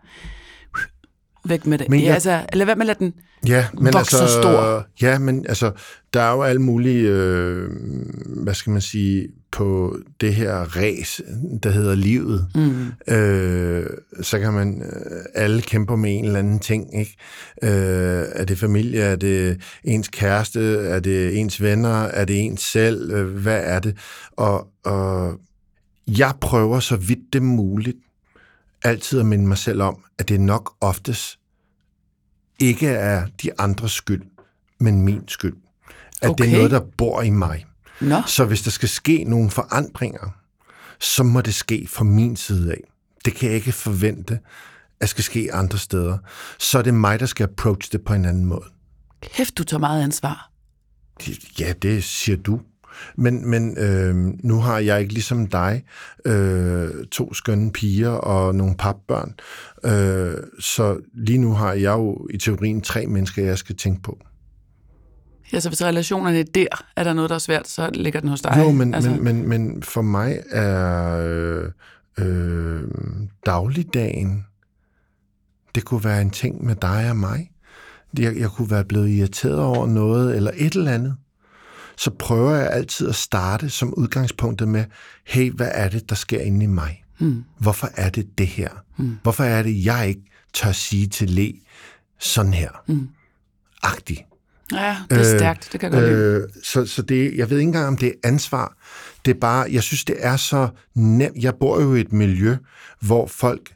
Væk med det. Men det er jeg- altså, lad være med at lade den Ja, men vokse altså, så stor. Ja, men altså, der er jo alle mulige, øh, hvad skal man sige, på det her ræs, der hedder livet. Mm. Øh, så kan man, øh, alle kæmper med en eller anden ting, ikke? Øh, er det familie, er det ens kæreste, er det ens venner, er det ens selv, øh, hvad er det? Og, og jeg prøver så vidt det er muligt, altid at minde mig selv om, at det nok oftest ikke er de andres skyld, men min skyld. At Okay. det er noget, der bor i mig. Nå, Så hvis der skal ske nogle forandringer, så må det ske fra min side af. Det kan jeg ikke forvente, at skal ske andre steder. Så er det mig, der skal approach det på en anden måde. kæft, du tager meget ansvar. Ja, det siger du. Men, men øh, nu har jeg ikke ligesom dig øh, to skønne piger og nogle papbørn. Øh, så lige nu har jeg jo i teorien tre mennesker, jeg skal tænke på. Ja, så hvis relationerne er der, er der noget, der er svært, så ligger den hos dig. Jo, men, altså, men, men, men for mig er øh, øh, dagligdagen, det kunne være en ting med dig og mig. Jeg, jeg kunne være blevet irriteret over noget, eller et eller andet. Så prøver jeg altid at starte som udgangspunktet med, hey, hvad er det, der sker inde i mig? Hmm. Hvorfor er det det her? Hmm. Hvorfor er det, jeg ikke tør sige til Le sådan her? Hmm. Agtig. ja, det er stærkt, det kan jeg godt lide. Øh, så, så det, jeg ved ikke engang, om det er ansvar. Det er bare, jeg synes, det er så nemt. Jeg bor jo i et miljø, hvor folk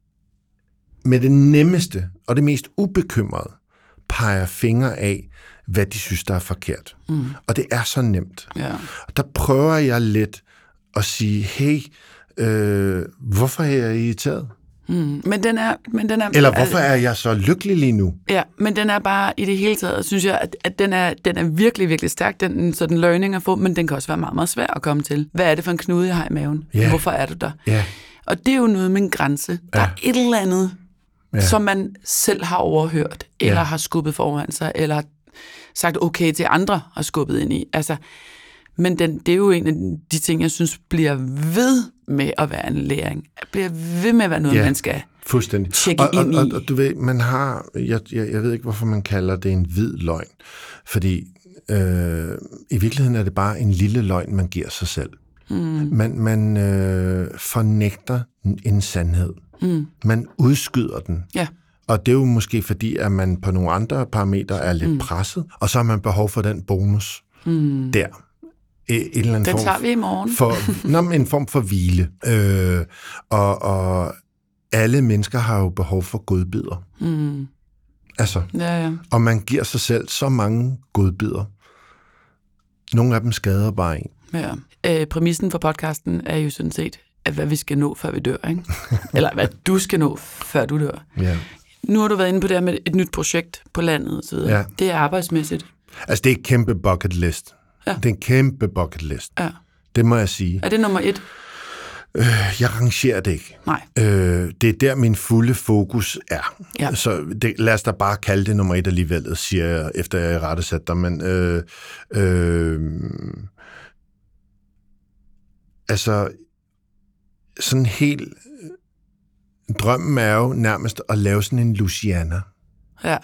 med det nemmeste og det mest ubekymrede peger fingre af, hvad de synes, der er forkert. Mm. Og det er så nemt. Ja. Og der prøver jeg lidt at sige, hey, øh, hvorfor er jeg irriteret? Mm. Men den er... Men den er Eller hvorfor er jeg så lykkelig lige nu? Ja, men den er bare i det hele taget, synes jeg, at, at den, er, den er virkelig, virkelig stærk, den sådan learning at få, men den kan også være meget, meget svær at komme til. Hvad er det for en knude, jeg har i maven? Ja. Hvorfor er du der? Ja. Og det er jo noget med en grænse. Der Ja. er et eller andet, Ja. som man selv har overhørt, eller Ja. har skubbet foran sig, eller har sagt okay til andre har skubbet ind i. Altså, men den, det er jo en af de ting, jeg synes bliver ved med at være en læring. Bliver ved med at være noget, Ja. man skal Fuldstændig. tjekke og, ind og, i. og, og du ved, man har, jeg, jeg, jeg ved ikke, hvorfor man kalder det en hvid løgn, fordi øh, i virkeligheden er det bare en lille løgn, man giver sig selv. Mm. Man, man øh, fornægter en sandhed. Mm. Man udskyder den. Ja. Og det er jo måske fordi, at man på nogle andre parametre er lidt mm. presset, og så har man behov for den bonus mm. der. En eller anden Den form tager vi i morgen. For, nå, en form for hvile. Øh, og, og alle mennesker har jo behov for godbidder. Mm. Altså, Ja, ja. og man giver sig selv så mange godbidder. Nogle af dem skader bare en. Ja. Øh, præmissen for podcasten er jo sådan set af, hvad vi skal nå, før vi dør, ikke? Eller hvad du skal nå, før du dør. Ja. Nu har du været inde på det her med et nyt projekt på landet og så videre. Ja. Det er arbejdsmæssigt. Altså, det er en kæmpe bucket list. Ja. Det er en kæmpe bucket list. Ja. Det må jeg sige. Er det nummer et? Øh, jeg rangerer det ikke. Nej. Øh, det er der, min fulde fokus er. Ja. Så det, lad os da bare kalde det nummer et alligevel, siger jeg, efter jeg rettesat dig. Men øh, øh, altså, sådan helt... Drømmen er jo nærmest at lave sådan en Luciana. Ja.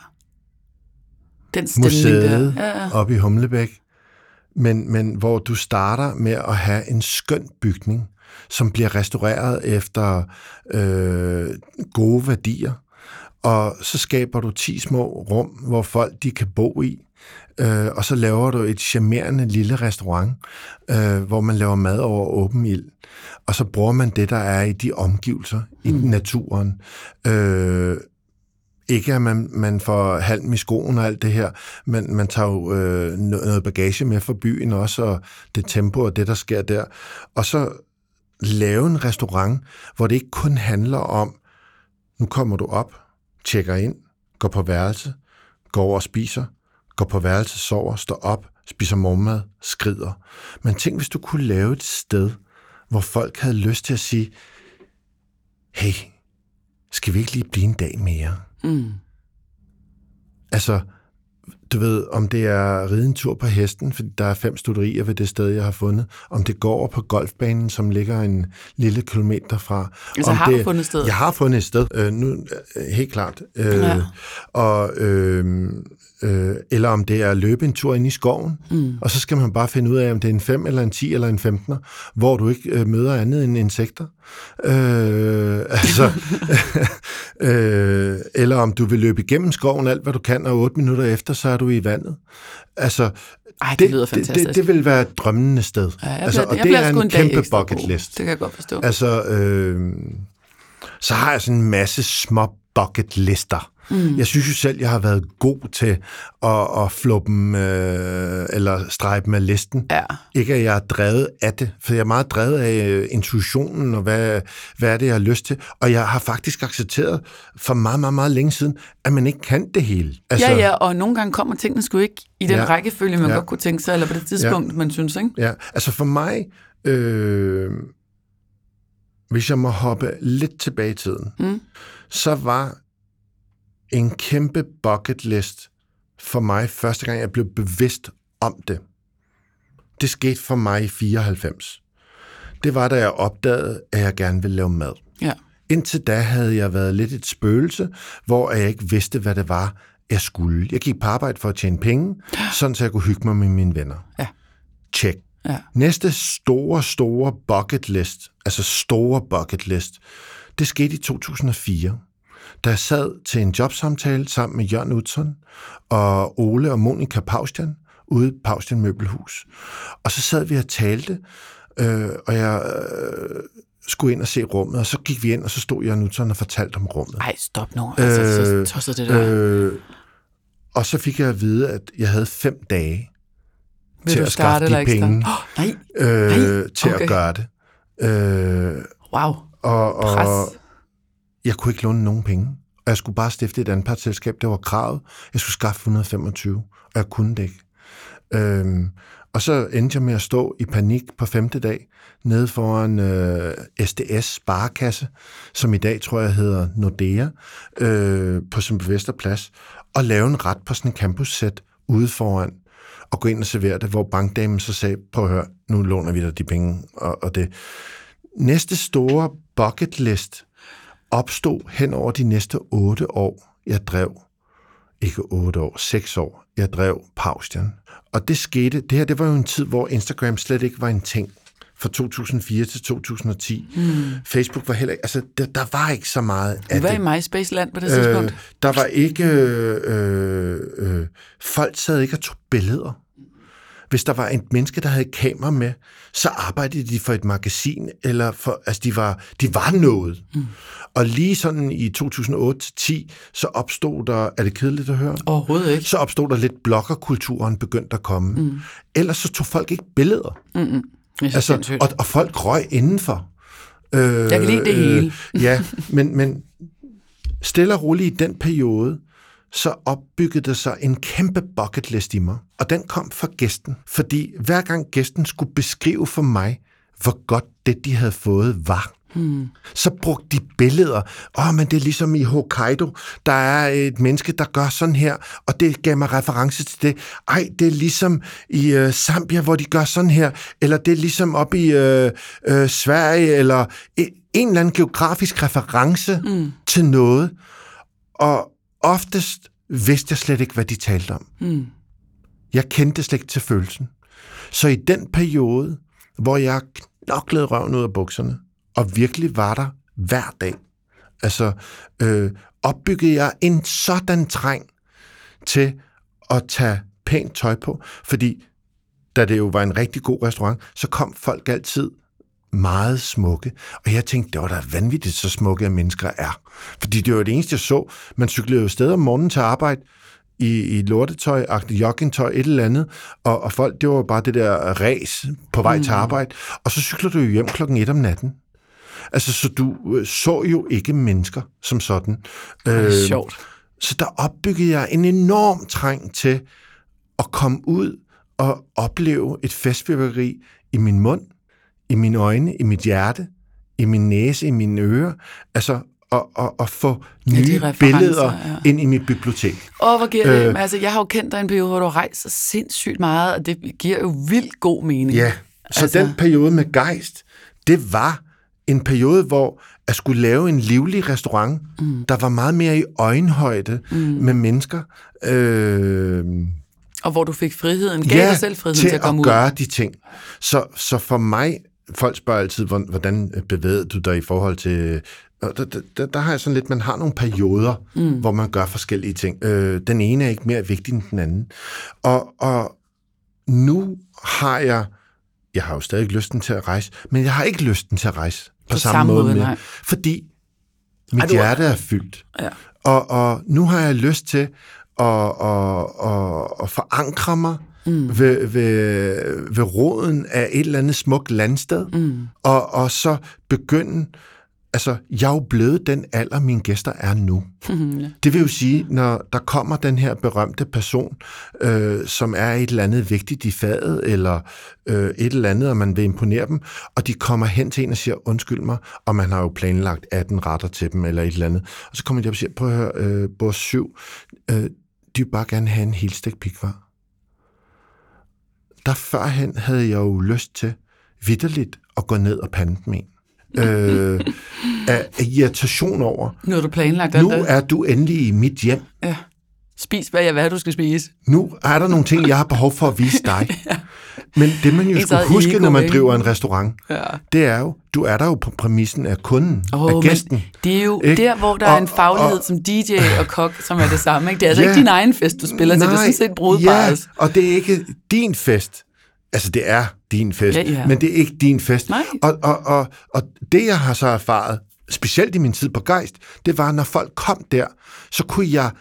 Den stemning Museet der. Ja, ja. oppe i Humlebæk. Men, men hvor du starter med at have en skøn bygning, som bliver restaureret efter øh, gode værdier. Og så skaber du ti små rum, hvor folk de kan bo i. Øh, og så laver du et charmerende lille restaurant, øh, hvor man laver mad over åben ild. Og så bruger man det, der er i de omgivelser, mm. i naturen. Øh, ikke at man, man får halm i skoen og alt det her, men man tager jo øh, noget bagage med fra byen også, og det tempo og det, der sker der. Og så lave en restaurant, hvor det ikke kun handler om, nu kommer du op, tjekker ind, går på værelse, går over og spiser, går på værelse, sover, står op, spiser morgenmad, skrider. Men tænk, hvis du kunne lave et sted, hvor folk havde lyst til at sige, hey, skal vi ikke lige blive en dag mere? Mm. Altså, du ved, om det er ride en tur på hesten, for der er fem studerier ved det sted, jeg har fundet. Om det går over på golfbanen, som ligger en lille kilometer fra. Altså om har det, du fundet et sted? Jeg har fundet et sted, øh, nu helt klart. Øh, ja. Og, øh, øh, eller om det er at løbe en tur ind i skoven, mm. og så skal man bare finde ud af, om det er en fem, eller en ti, eller en femtener, hvor du ikke øh, møder andet end insekter. Øh, altså, øh, eller om du vil løbe igennem skoven alt, hvad du kan, og otte minutter efter, så er du i vandet. Altså, Ej, det, det lyder fantastisk. Det, det vil være et drømmende sted. Ja, jeg altså, bliver, og jeg det er en, en kæmpe bucket list. Det kan jeg godt forstå. Altså, øh, så har jeg sådan en masse små bucket lister. Mm. Jeg synes jo selv, jeg har været god til at, at flå dem, øh, eller strege dem af listen. Ja. Ikke at jeg er drevet af det, for jeg er meget drevet af intuitionen, og hvad, hvad er det, jeg har lyst til. Og jeg har faktisk accepteret for meget, meget, meget længe siden, at man ikke kan det hele. Altså, ja, ja, og nogle gange kommer tingene sgu ikke i den ja, rækkefølge, man ja, godt kunne tænke sig, eller på det tidspunkt, ja, man synes, ikke? Ja, altså for mig, øh, hvis jeg må hoppe lidt tilbage i tiden, mm. så var en kæmpe bucket list for mig, første gang jeg blev bevidst om det. Det skete for mig i fireoghalvfems. Det var, da jeg opdagede, at jeg gerne ville lave mad. Ja. Indtil da havde jeg været lidt et spøgelse, hvor jeg ikke vidste, hvad det var, jeg skulle. Jeg gik på arbejde for at tjene penge, sådan så jeg kunne hygge mig med mine venner. Ja. Check. Ja. Næste store, store bucket list, altså store bucket list, det skete i to tusind og fire. Da jeg sad til en jobsamtale sammen med Jørgen Utzon og Ole og Monika Paustian ude i Paustian Møbelhus. Og så sad vi og talte, øh, og jeg øh, skulle ind og se rummet, og så gik vi ind, og så stod Jørgen Utzon og fortalte om rummet. Ej, stop nu. Altså, øh, så tosset det der. Øh, og så fik jeg at vide, at jeg havde fem dage Vil til at skaffe de penge oh, nej. Øh, nej. til Okay. at gøre det. Øh, wow. Og, og Pres. jeg kunne ikke låne nogen penge. Og jeg skulle bare stifte et anpartsselskab. Det var kravet. Jeg skulle skaffe et hundrede og femogtyve, og jeg kunne det ikke. Øhm, og så endte jeg med at stå i panik på femte dag, nede foran øh, S D S Sparekasse, som i dag tror jeg hedder Nordea, øh, på Sundbyvester Plads, og lave en ret på sådan en campussæt ude foran, og gå ind og servere det, hvor bankdamen så sagde, prøv at høre, nu låner vi dig de penge, og, og det. Næste store bucket list opstod hen over de næste otte år, jeg drev, ikke otte år, seks år, jeg drev Paustian. Og det skete, det her, det var jo en tid, hvor Instagram slet ikke var en ting, fra to tusind og fire til to tusind og ti. Mm. Facebook var heller ikke, altså der, der var ikke så meget af det. Du var i MySpace-land på det tidspunkt. Øh, der var ikke, øh, øh, folk sad ikke og tog billeder. Hvis der var en menneske, der havde et kamera med, så arbejdede de for et magasin, eller for, altså de var, de var noget. Mm. Og lige sådan i to tusind og otte til ti, så opstod der, er det kedeligt at høre? Overhovedet ikke. Så opstod der lidt bloggerkulturen begyndte at komme. Mm. Ellers så tog folk ikke billeder. Mm-mm. Altså, og, og folk røg indenfor. Øh, Jeg kan lide det hele. Øh, ja, men, men stille og roligt i den periode, så opbyggede der sig en kæmpe bucket list i mig. Og den kom fra gæsten. Fordi hver gang gæsten skulle beskrive for mig, hvor godt det, de havde fået, var, Hmm. så brugte de billeder. Åh, oh, men det er ligesom i Hokkaido. Der er et menneske, der gør sådan her, og det gav mig reference til det. Ej, det er ligesom i øh, Zambia, hvor de gør sådan her. Eller det er ligesom op i øh, øh, Sverige, eller en eller anden geografisk reference hmm. til noget. Og oftest vidste jeg slet ikke, hvad de talte om. Hmm. Jeg kendte slet ikke til følelsen. Så i den periode, hvor jeg knoklede røven ud af bukserne, og virkelig var der hver dag, altså øh, opbyggede jeg en sådan træng til at tage pænt tøj på, fordi da det jo var en rigtig god restaurant, så kom folk altid meget smukke, og jeg tænkte, det var da vanvittigt, så smukke at mennesker er. Fordi det var det eneste, jeg så. Man cyklede jo stadig om morgenen til arbejde, i, i lortetøj, joggingtøj, et eller andet, og, og folk, det var bare det der ræs på vej mm. til arbejde, og så cykler du jo hjem klokken et om natten. Altså, så du øh, så jo ikke mennesker som sådan. Det er øh, sjovt. Så der opbyggede jeg en enorm træng til at komme ud og opleve et festfyrværkeri i min mund, i mine øjne, i mit hjerte, i min næse, i mine ører. Altså, og, og, og få nye ja, billeder ja. ind i mit bibliotek. Åh, hvor giver det? Øh, altså, jeg har jo kendt dig en periode, hvor du rejser sindssygt meget, og det giver jo vildt god mening. Ja, så altså... den periode med Geist, det var en periode, hvor jeg skulle lave en livlig restaurant, mm. der var meget mere i øjenhøjde mm. med mennesker. Øh, og hvor du fik friheden, gav ja, dig selv friheden til, til at komme at ud. gøre de ting. Så, så for mig, folk spørger altid, hvordan bevægede du dig i forhold til... Der, der, der har jeg sådan lidt, man har nogle perioder, mm. hvor man gør forskellige ting. Øh, den ene er ikke mere vigtig end den anden. Og, og nu har jeg, jeg har jo stadig lysten til at rejse, men jeg har ikke lysten til at rejse på, på samme, samme måde mere, fordi mit Ej, du... hjerte er fyldt. Ja. Og, og nu har jeg lyst til at, at, at, at forankre mig mm. ved, ved, ved roden af et eller andet smukt landsted, mm. og, og så begynde. Altså, jeg er jo blevet den alder, mine gæster er nu. Mm-hmm, ja. Det vil jo sige, når der kommer den her berømte person, øh, som er et eller andet vigtigt i faget, eller øh, et eller andet, og man vil imponere dem, og de kommer hen til en og siger, undskyld mig, og man har jo planlagt atten retter til dem, eller et eller andet. Og så kommer de op og siger, prøv at høre, øh, bord syv, øh, de vil bare gerne have en helstegt pikvar. Der førhen havde jeg jo lyst til vitterligt at gå ned og pande dem en. øh, af irritation over. Nu har du planlagt Nu det. er du endelig i mit hjem. Ja. Spis, hvad jeg hvad du skal spise. Nu er der nogle ting, jeg har behov for at vise dig. ja. Men det, man jo en skulle huske, når man driver en restaurant, ja. det er jo, du er der jo på præmissen af kunden, oh, af gæsten. Det er jo ikke? Der, hvor der og, er en faglighed og, som D J og kok, som er det samme. Ikke? Det er altså ja, ikke din egen fest, du spiller nej, til. Det er sådan set brudparret. Ja, og det er ikke din fest. Altså, det er din fest, ja, ja. men det er ikke din fest. Og, og, og, og det, jeg har så erfaret, specielt i min tid på Geist, det var, når folk kom der, så kunne jeg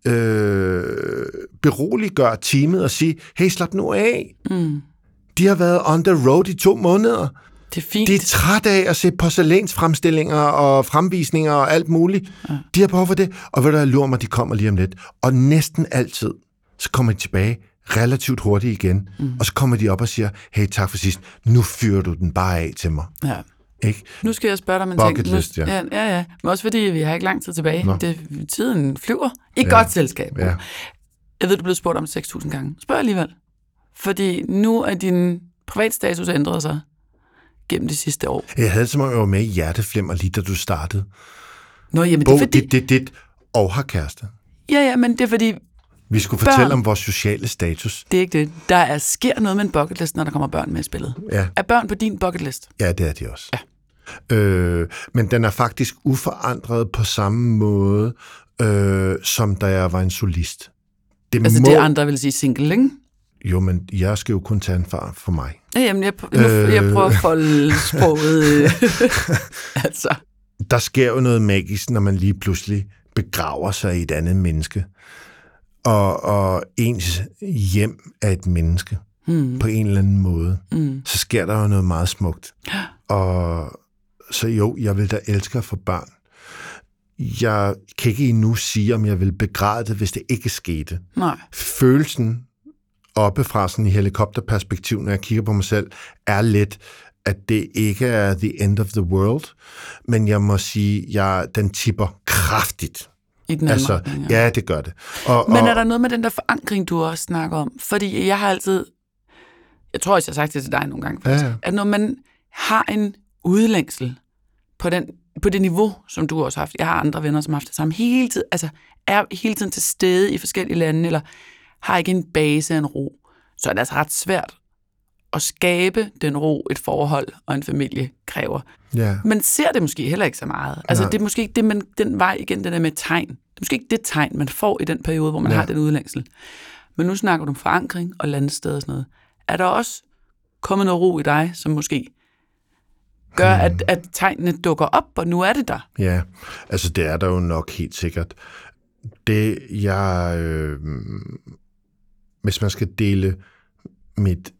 øh, beroliggøre teamet og sige, hey, slap nu af. Mm. De har været on the road i to måneder. Det er fint. De er trætte af at se porcelænsfremstillinger og fremvisninger og alt muligt. Ja. De har behov for det, og ved du, jeg lurer mig, de kommer lige om lidt. Og næsten altid, så kommer de tilbage relativt hurtigt igen, mm. og så kommer de op og siger, hey, tak for sidst, nu fyrer du den bare af til mig. Ja. Ikke? Nu skal jeg spørge dig om en Bucket ting. List, ja. ja. Ja, ja. Men også fordi, vi har ikke lang tid tilbage. Det, tiden flyver. I ja. godt selskab. Ja. Jeg ved, du er blevet spurgt om seks tusind gange. Spørg alligevel. Fordi nu er din privatstatus ændret sig gennem de sidste år. Jeg havde som om, jeg var med i Hjerteflimmer lige da du startede. Nå, jamen det er fordi... Det, det, det, og har kæreste. Ja, ja, men det er fordi... Vi skulle børn. fortælle om vores sociale status. Det er ikke det. Der er, sker noget med en bucket list, når der kommer børn med i spillet. Ja. Er børn på din bucket list? Ja, det er de også. Ja. Øh, men den er faktisk uforandret på samme måde, øh, som da jeg var en solist. Det altså må... det andre vil sige single, ikke? Jo, men jeg skal jo kun tage en far for mig. Ja, jamen, jeg, nu, øh... jeg prøver at folde sproget. altså. Der sker jo noget magisk, når man lige pludselig begraver sig i et andet menneske. Og, og ens hjem er et menneske, mm. på en eller anden måde, mm. så sker der jo noget meget smukt. Og så jo, jeg vil da elske at få børn. Jeg kan ikke endnu sige, om jeg vil begræde det, hvis det ikke skete. Nej. Følelsen oppefra sådan i helikopterperspektiv, når jeg kigger på mig selv, er lidt, at det ikke er the end of the world, men jeg må sige, at jeg, den tipper kraftigt. I den anden altså, retning, ja. ja, det gør det. Og, men og, er der noget med den der forankring, du også snakker om? Fordi jeg har altid, jeg tror også, jeg har sagt det til dig nogle gange, faktisk, ja, ja. at når man har en udlængsel på, den, på det niveau, som du også har haft, jeg har andre venner, som har haft det samme, hele tiden, altså er hele tiden til stede i forskellige lande, eller har ikke en base af en ro, så er det altså ret svært at skabe den ro, et forhold og en familie kræver. Ja. Man ser det måske heller ikke så meget. Altså, Nej. det er måske ikke det, man, den vej igen, det der med tegn. Det er måske ikke det tegn, man får i den periode, hvor man ja. har den udlængsel. Men nu snakker du om forankring og landsted og sådan noget. Er der også kommet noget ro i dig, som måske gør, hmm. at, at tegnene dukker op, og nu er det der? Ja, altså det er der jo nok helt sikkert. Det, jeg... Øh, hvis man skal dele mit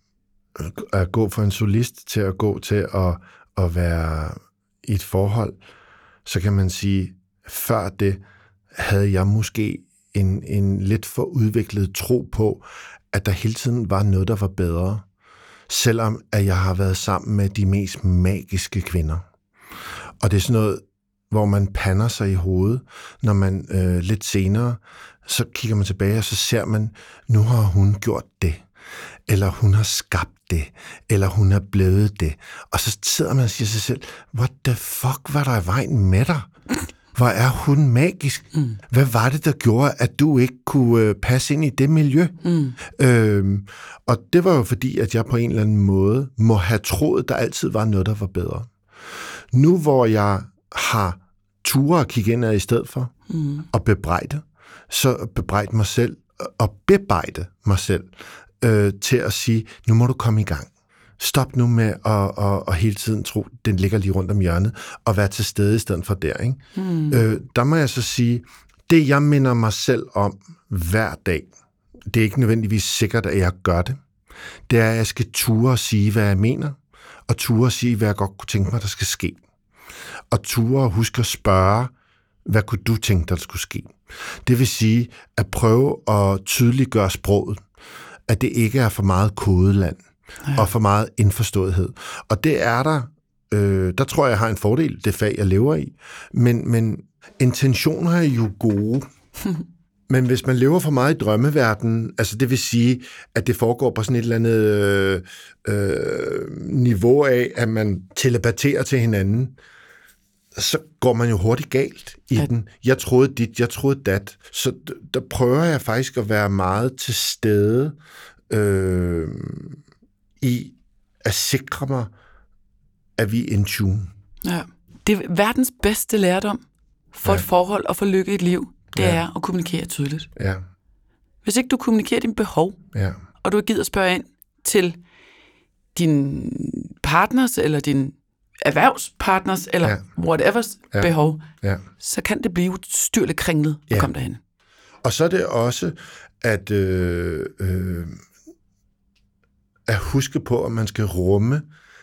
at gå fra en solist til at gå til at, at være i et forhold, så kan man sige, før det havde jeg måske en, en lidt for udviklet tro på, at der hele tiden var noget, der var bedre, selvom at jeg har været sammen med de mest magiske kvinder. Og det er sådan noget, hvor man pander sig i hovedet, når man øh, lidt senere, så kigger man tilbage, og så ser man, nu har hun gjort det, eller hun har skabt det, eller hun er blevet det. Og så sidder man og siger sig selv, what the fuck var der i vejen med dig? Hvor er hun magisk? Mm. Hvad var det, der gjorde, at du ikke kunne øh, passe ind i det miljø? Mm. Øhm, og det var jo fordi, at jeg på en eller anden måde må have troet, der altid var noget, der var bedre. Nu hvor jeg har ture at kigge ind ad i stedet for, mm. og bebrejde, så bebrejde mig selv, og bebrejde mig selv, øh, til at sige, nu må du komme i gang. Stop nu med at, at, at hele tiden tro, den ligger lige rundt om hjørnet, og være til stede i stedet for der. Ikke? Mm. Øh, der må jeg så sige, det jeg minder mig selv om hver dag, det er ikke nødvendigvis sikkert, at jeg gør det, det er, at jeg skal ture og sige, hvad jeg mener, og ture og sige, hvad jeg godt kunne tænke mig, der skal ske. Og ture og huske at spørge, hvad kunne du tænke, der skulle ske? Det vil sige, at prøve at tydeliggøre sproget, at det ikke er for meget kodeland, ja. og for meget indforståethed. Og det er der, øh, der tror jeg, jeg har en fordel, det fag, jeg lever i. Men, men intentioner er jo gode. Men hvis man lever for meget i drømmeverdenen, altså det vil sige, at det foregår på sådan et eller andet øh, øh, niveau af, at man telepaterer til hinanden, så går man jo hurtigt galt i ja. den. Jeg troede dit, jeg troede dat. Så der prøver jeg faktisk at være meget til stede øh, i at sikre mig, at vi er in tune. Ja. Det er verdens bedste lærdom for ja. et forhold og for lykke i et liv, det ja. er at kommunikere tydeligt. Ja. Hvis ikke du kommunikerer dine behov, ja. og du gider spørge ind til din partners eller din erhvervspartners eller ja. whatevers ja. behov, ja. så kan det blive styrligt kringlet at ja. komme derhen. Og så er det også at, øh, øh, at huske på, at man skal rumme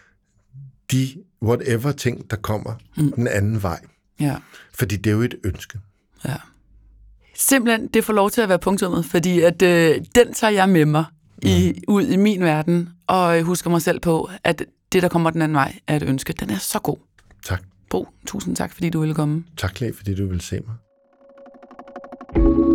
de whatever ting, der kommer mm. den anden vej. Ja. Fordi det er jo et ønske. Ja. Simpelthen, det får lov til at være punktummet, fordi at, øh, den tager jeg med mig i, mm. ud i min verden, og husker mig selv på, at det, der kommer den anden vej, er et ønske. Den er så god. Tak. Bo, tusind tak, fordi du ville komme. Tak, Clay, fordi du ville se mig.